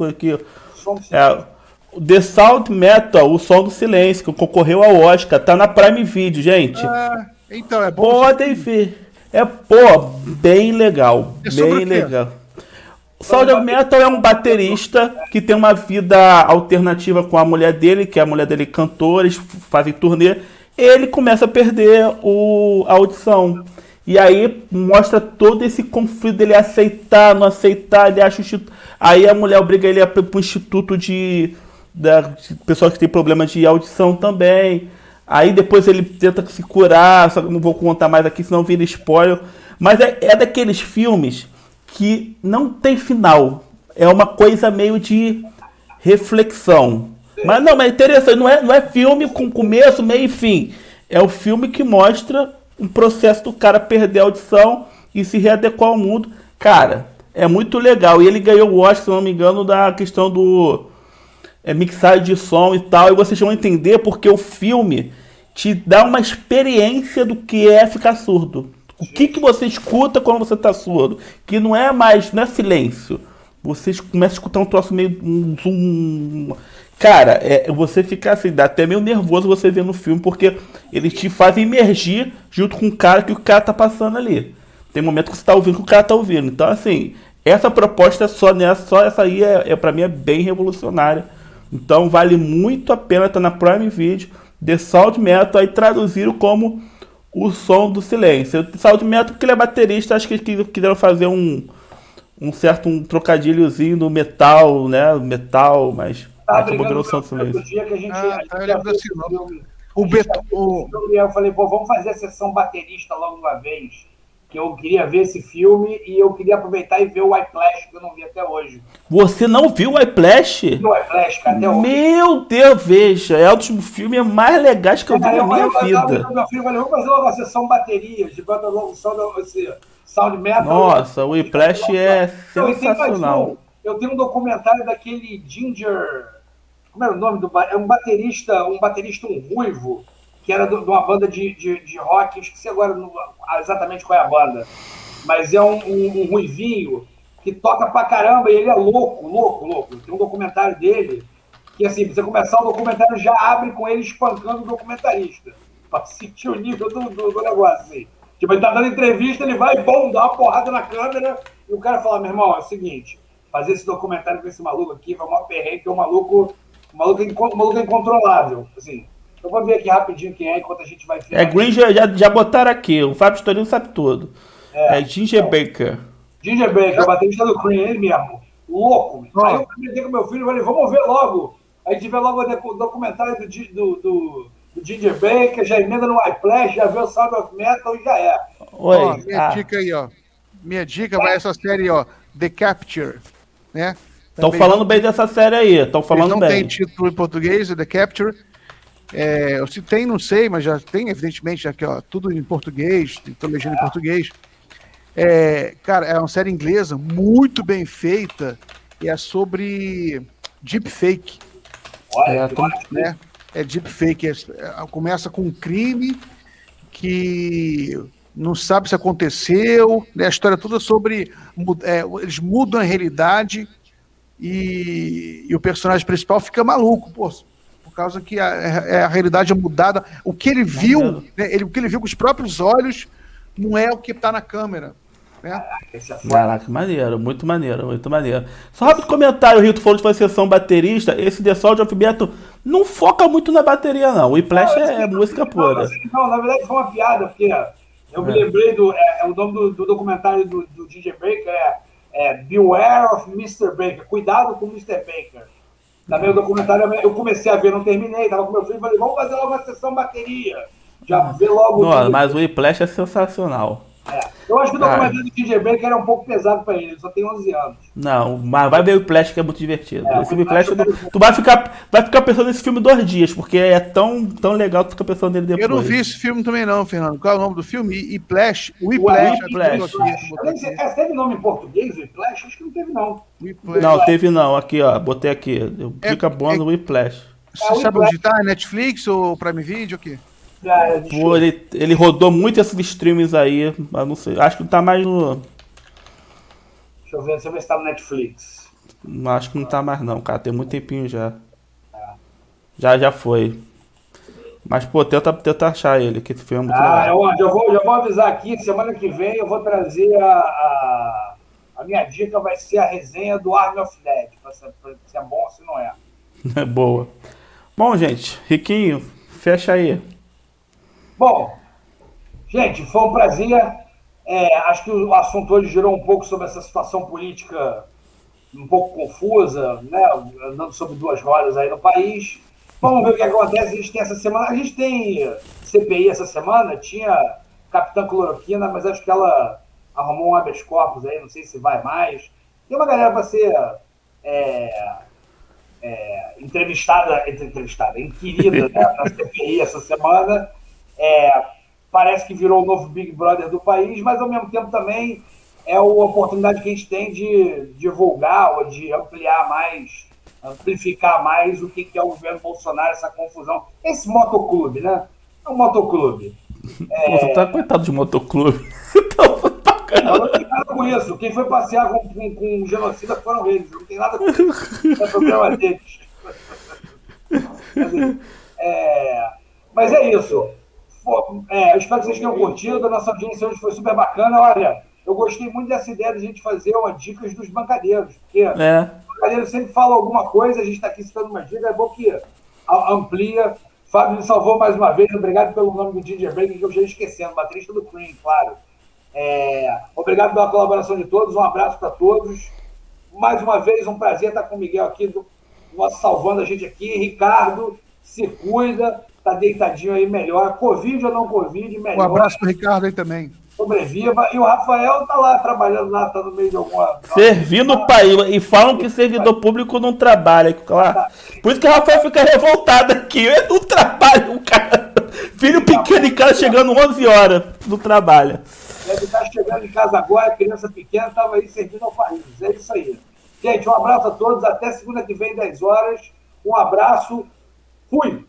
The Sound Metal, o Som do Silêncio, que concorreu ao Oscar. Tá na Prime Video, gente. Então, é bom. Podem ver. Bem legal. Bem legal. Sound of Metal é um baterista que tem uma vida alternativa com a mulher dele, que é a mulher dele cantora, eles fazem turnê. Ele começa a perder a audição. E aí mostra todo esse conflito dele aceitar, não aceitar, ele acha aí a mulher obriga ele a ir para o instituto de pessoas que têm problema de audição também. Aí depois ele tenta se curar, só que não vou contar mais aqui, senão vira spoiler. Mas é daqueles filmes que não tem final. É uma coisa meio de reflexão. Mas é interessante, não é filme com começo, meio e fim. É o filme que mostra um processo do cara perder a audição e se readequar ao mundo. Cara, é muito legal. E ele ganhou o Oscar, se não me engano, da questão do mixagem de som e tal. E vocês vão entender porque o filme te dá uma experiência do que é ficar surdo. O que você escuta quando você tá surdo? Que não é silêncio. Você começa a escutar um troço meio zoom. Cara, você fica assim, dá até meio nervoso você ver no filme, porque eles te fazem imergir junto com o cara que o cara tá passando ali. Tem momento que você tá ouvindo que o cara tá ouvindo. Então, assim, essa proposta só essa aí pra mim é bem revolucionária. Então vale muito a pena estar na Prime Video. The Sound Metal, aí traduziram como o Som do Silêncio. The Sound Metal porque ele é baterista, acho que eles quiseram fazer um trocadilhozinho do metal, né? Metal, mas acabou virando o Som do Silêncio. Eu falei, vamos fazer a sessão baterista logo uma vez, que eu queria ver esse filme e eu queria aproveitar e ver o Whiplash, que eu não vi até hoje. Você não viu o Whiplash? O Whiplash, cara, até hoje. Meu Deus, veja, é um dos filmes mais legais que eu vi na minha vida. Meu filho falou, vamos fazer uma sessão baterias, de banda logo Sound Metal. Nossa, o Whiplash é sensacional. Eu tenho um documentário daquele Ginger... Como era o nome do... É um baterista, um ruivo, que era de uma banda de rock, eu esqueci agora exatamente qual é a banda, mas é um ruivinho que toca pra caramba e ele é louco. Tem um documentário dele que, assim, pra você começar o documentário já abre com ele espancando o documentarista, pra sentir o nível do negócio, assim. Tipo, ele tá dando entrevista, ele vai, bom, dá uma porrada na câmera e o cara fala, meu irmão, é o seguinte, fazer esse documentário com esse maluco aqui vai uma perrengue, que é um maluco incontrolável, assim. Eu vou ver aqui rapidinho quem é, enquanto a gente vai... Green já botaram aqui, o Fábio Storino sabe tudo. Ginger Baker. Ginger Baker, o baterista do Cream, ele mesmo. Louco. Aí eu comentei com meu filho e falei, vamos ver logo. Aí a gente vê logo o documentário do Ginger Baker, já emenda no Whiplash, já vê o Sound of Metal e já é. Minha dica aí, ó. Minha dica vai essa série, ó, The Capture, né? Estão falando bem dessa série aí, estão falando bem. Não tem título em português, The Capture. Se tem, não sei, mas já tem, evidentemente, aqui, ó, tudo em português, tem legenda em português. Cara, é uma série inglesa muito bem feita e é sobre deepfake. Deepfake. Começa com um crime que não sabe se aconteceu, né? A história toda sobre... eles mudam a realidade e o personagem principal fica maluco, pô. Por causa que a realidade é mudada. O que ele viu, né, o que ele viu com os próprios olhos não é o que está na câmera. Né? Caraca, maneiro, muito maneiro, muito maneiro. Só rápido comentário, Rito falou de uma sessão baterista. Esse The Sound of Metal não foca muito na bateria, não. O Whiplash é música pura. Não, na verdade foi uma piada, porque eu me lembrei o nome do documentário do Ginger Baker Beware of Mr. Baker. Cuidado com o Mr. Baker. Também o documentário, eu comecei a ver, não terminei, tava com meu filho e falei, vamos fazer logo uma sessão bateria. Já vê logo... Mas o Whiplash é sensacional. Eu acho que o documentário do DJ Baker era um pouco pesado pra ele só tem 11 anos. Não, mas vai ver o Whiplash que é muito divertido. Esse Whiplash, Whiplash tu vai ficar pensando nesse filme 2 dias, porque é tão legal que tu fica pensando nele depois. Eu não vi esse filme também não, Fernando. Qual é o nome do filme? Whiplash. Teve nome em português, Whiplash? Acho que não teve, não. Whiplash. Não, teve não. Aqui, ó. Botei aqui. Dica boa no Whiplash. Você sabe onde tá? Netflix ou Prime Video? O quê? Pô, ele rodou muito esses streams aí, mas não sei. Acho que não tá mais no... Deixa eu ver se tá no Netflix. Acho que não tá mais não, cara. Tem muito tempinho já. Já foi. Mas, pô, tenta achar ele, que esse filme é muito legal. Já vou avisar aqui, semana que vem eu vou trazer a minha dica, vai ser a resenha do Army of Dead, se é bom ou se não é. É boa. Bom, gente, Riquinho, fecha aí. Bom, gente, foi um prazer. Acho que o assunto hoje girou um pouco sobre essa situação política um pouco confusa, né? Andando sobre duas rodas aí no país. Vamos ver o que acontece. A gente tem essa semana. A gente tem CPI essa semana. Tinha Capitã Cloroquina, mas acho que ela arrumou um habeas corpus aí. Não sei se vai mais. Tem uma galera para ser inquirida, né, na CPI essa semana. Parece que virou o novo Big Brother do país, mas ao mesmo tempo também é a oportunidade que a gente tem de divulgar ou de amplificar mais o que é o governo Bolsonaro, essa confusão. Esse motoclube, né? É um motoclube. Você tá coitado de motoclube. Eu não tenho nada com isso. Quem foi passear com genocida foram eles. Não tem nada com isso. É problema deles. Mas é isso. Eu espero que vocês tenham curtido. A nossa audiência hoje foi super bacana. Olha, eu gostei muito dessa ideia de a gente fazer uma dicas dos bancadeiros. Porque os bancadeiros sempre falam alguma coisa, a gente está aqui citando uma dica. É bom que amplia. Fábio me salvou mais uma vez. Obrigado pelo nome do DJ Break, que eu já ia esquecendo. Baterista do Cream, claro. Obrigado pela colaboração de todos. Um abraço para todos. Mais uma vez, um prazer estar com o Miguel aqui, salvando a gente aqui. Ricardo, se cuida. Tá deitadinho aí melhor. Covid ou não Covid, melhor. Um abraço pro Ricardo aí também. Sobreviva. E o Rafael tá lá trabalhando lá, tá no meio de alguma... Servindo o país. E falam que servidor público não trabalha. Claro. Por isso que o Rafael fica revoltado aqui. Eu não trabalho, cara. Filho pequeno em casa chegando 11 horas. Não trabalha. Deve estar chegando em casa agora, criança pequena estava aí servindo ao país. É isso aí. Gente, um abraço a todos. Até segunda que vem, 10 horas. Um abraço. Fui!